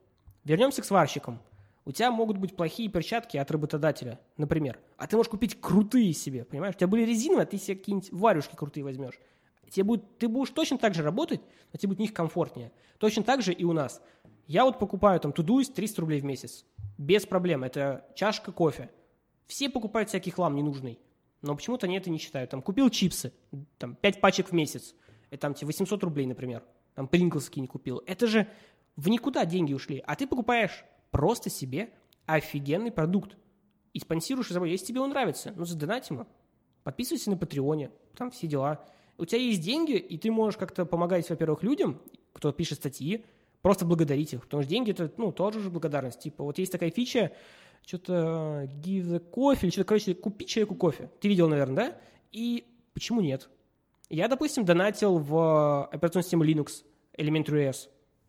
[SPEAKER 1] Вернемся к сварщикам. У тебя могут быть плохие перчатки от работодателя, например. А ты можешь купить крутые себе, понимаешь? У тебя были резиновые, а ты себе какие-нибудь варежки крутые возьмешь. Ты будешь точно так же работать, но тебе будет в них комфортнее. Точно так же и у нас. Я вот покупаю там Todoist 300 рублей в месяц. Без проблем. Это чашка кофе. Все покупают всякий хлам ненужный. Но почему-то они это не считают. Там купил чипсы, там 5 пачек в месяц. Это там тебе 800 рублей, например. Там Принглс какие-нибудь купил. Это же в никуда деньги ушли. А ты покупаешь просто себе офигенный продукт. И спонсируешь его. Если тебе он нравится, ну задонать ему. Подписывайся на Патреоне. Там все дела. У тебя есть деньги, и ты можешь как-то помогать, во-первых, людям, кто пишет статьи, просто благодарить их. Потому что деньги – это, тоже же благодарность. Типа, вот есть такая фича, что-то give the coffee, или что-то, короче, купи человеку кофе. Ты видел, наверное, да? И почему нет? Я, допустим, донатил в операционную систему Linux Elementary OS.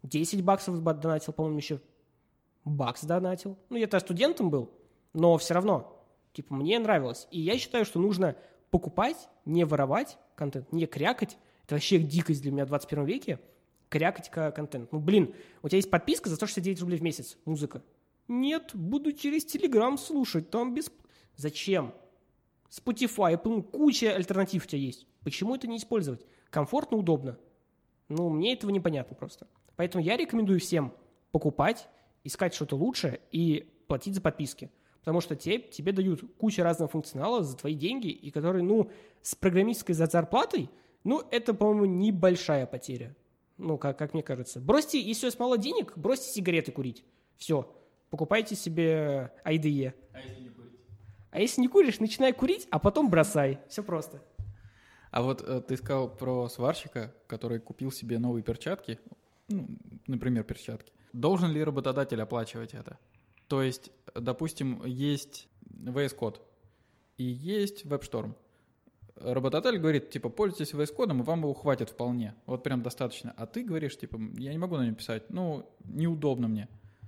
[SPEAKER 1] $10 донатил, по-моему, еще бакс донатил. Я тогда студентом был, но все равно, типа, мне нравилось. И я считаю, что нужно покупать, не воровать контент, не крякать. Это вообще дикость для меня в 21 веке. Крякать контент. У тебя есть подписка за 169 рублей в месяц, музыка. Нет, буду через Telegram слушать, там без... Зачем? Spotify, куча альтернатив у тебя есть. Почему это не использовать? Комфортно, удобно. Мне этого непонятно просто. Поэтому я рекомендую всем покупать, искать что-то лучшее и платить за подписки. Потому что тебе дают кучу разного функционала за твои деньги, и которые, с программистской зарплатой, это, по-моему, небольшая потеря. Как мне кажется. Если у вас мало денег, бросьте сигареты курить. Все. Покупайте себе IDE.
[SPEAKER 2] А если не курить?
[SPEAKER 1] А если не куришь, начинай курить, а потом бросай. Все просто.
[SPEAKER 2] А вот ты сказал про сварщика, который купил себе новые перчатки, например, перчатки. Должен ли работодатель оплачивать это? То есть, допустим, есть VS Code и есть WebStorm. Работодатель говорит, типа, пользуйтесь VS Code, и вам его хватит вполне. Вот прям достаточно. А ты говоришь, типа, я не могу на нем писать, неудобно мне.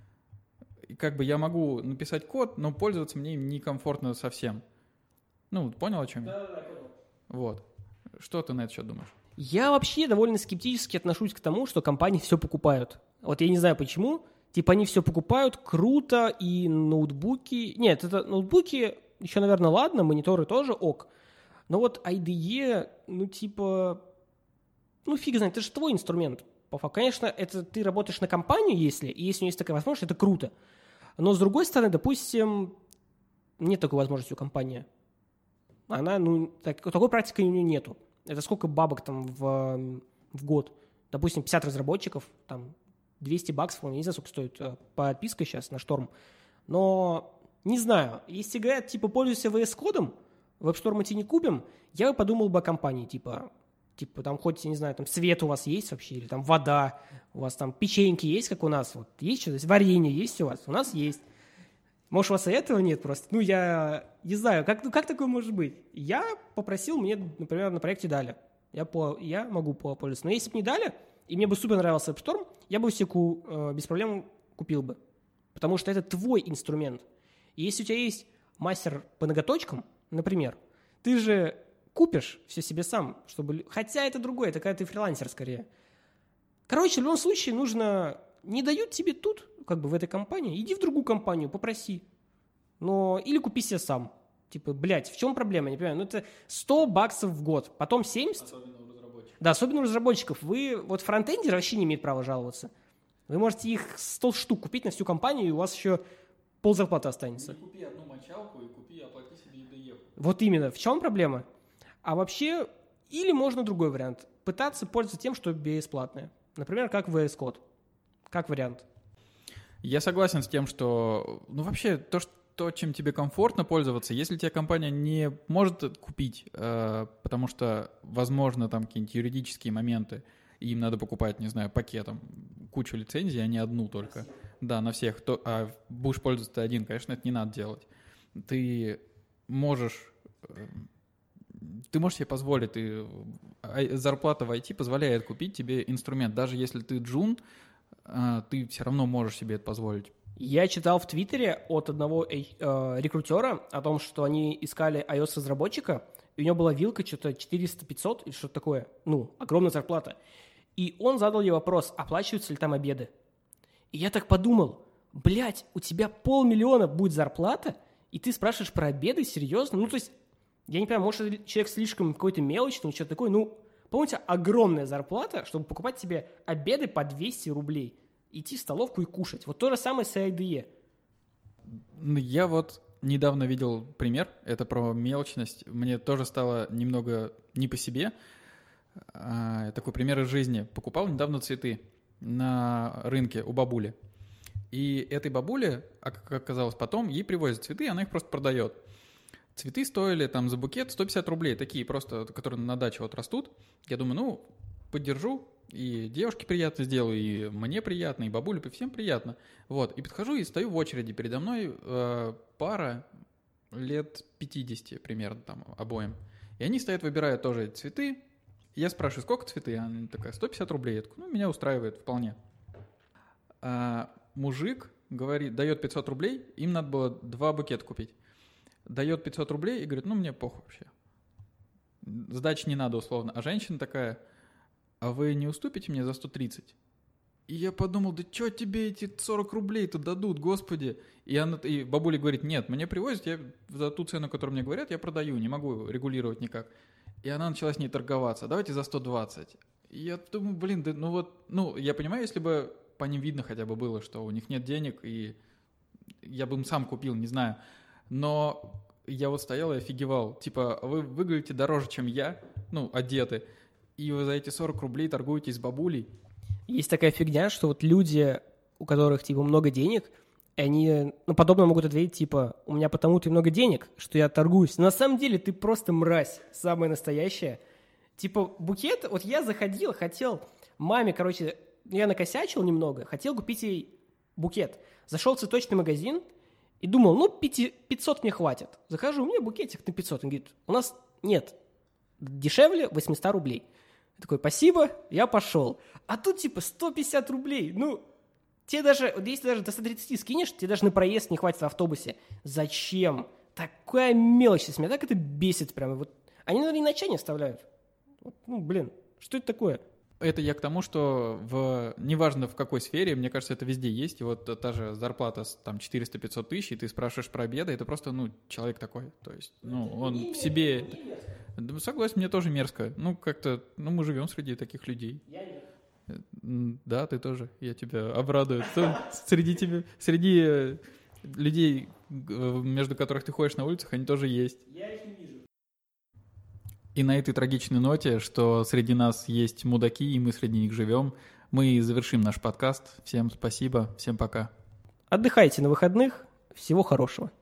[SPEAKER 2] И я могу написать код, но пользоваться мне им некомфортно совсем. Понял, о чем я?
[SPEAKER 1] Да, понял.
[SPEAKER 2] Вот. Что ты на это счет думаешь?
[SPEAKER 1] Я вообще довольно скептически отношусь к тому, что компании все покупают. Вот я не знаю почему. Типа они все покупают, круто, и ноутбуки... Нет, это ноутбуки еще, наверное, ладно, мониторы тоже ок. Но вот IDE, фиг знает, это же твой инструмент. Конечно, это ты работаешь на компанию, если у нее есть такая возможность, это круто. Но с другой стороны, допустим, нет такой возможности у компании. Она, такой практики у нее нету. Это сколько бабок там в год? Допустим, 50 разработчиков, там $200, я не знаю, сколько стоит подписка сейчас на Шторм. Но не знаю, если говорят, пользуйся VS Code, WebStorm мы тебе не купим, я бы подумал бы о компании, типа там хоть, я не знаю, там свет у вас есть вообще, или там вода, у вас там печеньки есть, как у нас, вот есть что-то, варенье есть у вас? У нас есть. Может, у вас и этого нет просто? Я не знаю, как такое может быть? Я попросил, мне, например, на проекте дали. Я могу пользоваться. Но если бы не дали, и мне бы супер нравился WebStorm, я бы все без проблем купил бы. Потому что это твой инструмент. И если у тебя есть мастер по ноготочкам, например, ты же купишь все себе сам, чтобы... Хотя это другое, это когда ты фрилансер скорее. Короче, в любом случае нужно... Не дают тебе тут, в этой компании, иди в другую компанию, попроси. Или купи себе сам. В чем проблема? Не понимаю. Это $100 в год, потом 70.
[SPEAKER 2] Особенно у разработчиков.
[SPEAKER 1] Да, особенно у разработчиков. Фронтендер вообще не имеет права жаловаться. Вы можете их 100 штук купить на всю компанию, и у вас еще ползарплаты останется.
[SPEAKER 2] Купи одну мочалку и оплати себе IDE.
[SPEAKER 1] Вот именно. В чем проблема? А вообще, или можно другой вариант. Пытаться пользоваться тем, что бесплатное. Например, как VS Code. Как вариант.
[SPEAKER 2] Я согласен с тем, что... вообще, то, чем тебе комфортно пользоваться, если тебя компания не может купить, потому что, возможно, там какие-нибудь юридические моменты, и им надо покупать, не знаю, пакетом, кучу лицензий, а не одну только. Да, на всех. А будешь пользоваться ты один, конечно, это не надо делать. Ты можешь себе позволить, зарплата в IT позволяет купить тебе инструмент. Даже если ты джун, ты все равно можешь себе это позволить.
[SPEAKER 1] Я читал в Твиттере от одного рекрутера о том, что они искали iOS-разработчика, и у него была вилка что-то 400-500 или что-то такое. Огромная зарплата. И он задал ей вопрос, оплачиваются ли там обеды. И я так подумал, блядь, у тебя 500 000 будет зарплата, и ты спрашиваешь про обеды, серьезно? Ну, то есть, я не понимаю, может, человек слишком какой-то мелочный, что-то такое, ну, по-моему, у тебя огромная зарплата, чтобы покупать себе обеды по 200 рублей, идти в столовку и кушать. Вот то же самое с IDE.
[SPEAKER 2] Я вот недавно видел пример, это про мелочность. Мне тоже стало немного не по себе. Такой пример из жизни. Покупал недавно цветы на рынке у бабули. И этой бабуле, как оказалось потом, ей привозят цветы, она их просто продает. Цветы стоили там за букет 150 рублей, такие просто, которые на даче вот растут. Я думаю, ну, поддержу, и девушке приятно сделаю, и мне приятно, и бабуле, и всем приятно. Вот, и подхожу и стою в очереди. Передо мной пара лет 50 примерно там обоим. И они стоят, выбирают тоже цветы. Я спрашиваю, сколько цветы? Она такая, 150 рублей. Я такой, ну, меня устраивает вполне. Мужик говорит, дает 500 рублей, им надо было 2 букета купить. Дает 500 рублей и говорит, ну, мне похуй вообще. Сдачи не надо, условно. А женщина такая, а вы не уступите мне за 130? И я подумал, да что тебе эти 40 рублей-то дадут, господи? И бабуля говорит, нет, мне привозят, я за ту цену, которую мне говорят, я продаю, не могу регулировать никак. И она начала с ней торговаться, давайте за 120. И я думаю, блин, да ну вот, ну, я понимаю, если бы по ним видно хотя бы было, что у них нет денег, и я бы им сам купил, не знаю. Но я вот стоял и офигевал. Типа, вы выглядите дороже, чем я, ну, одеты, и вы за эти 40 рублей торгуете с бабулей.
[SPEAKER 1] Есть такая фигня, что вот люди, у которых, типа, много денег, они, ну, подобно могут ответить, типа, у меня потому-то и много денег, что я торгуюсь. Но на самом деле ты просто мразь, самая настоящая. Типа, букет, вот я заходил, хотел маме, короче, я накосячил немного, хотел купить ей букет. Зашел в цветочный магазин и думал, ну, 500 мне хватит. Захожу, у меня букетик на 500. Он говорит, у нас нет, дешевле 800 рублей. Я такой, спасибо, я пошел. А тут, типа, 150 рублей. Ну, тебе даже, вот если даже до 130 скинешь, тебе даже на проезд не хватит в автобусе. Зачем? Такая мелочь. Меня так это бесит прямо. Вот. Они, наверное, иначе не оставляют. Вот, ну, блин, что это такое?
[SPEAKER 2] Это я к тому, что неважно в какой сфере, мне кажется, это везде есть. И вот та же зарплата там 400-500 тысяч, и ты спрашиваешь про обеды, это просто, ну, человек такой. То есть, ну, он в себе... Согласен, мне тоже мерзко. Ну, как-то, ну, мы живем среди таких людей.
[SPEAKER 1] Я нет.
[SPEAKER 2] Да, ты тоже. Я тебя обрадую. Среди людей, между которых ты ходишь на улицах, они тоже есть.
[SPEAKER 1] Я их не вижу.
[SPEAKER 2] И на этой трагичной ноте, что среди нас есть мудаки, и мы среди них живем, мы завершим наш подкаст. Всем спасибо, всем пока.
[SPEAKER 1] Отдыхайте на выходных. Всего хорошего.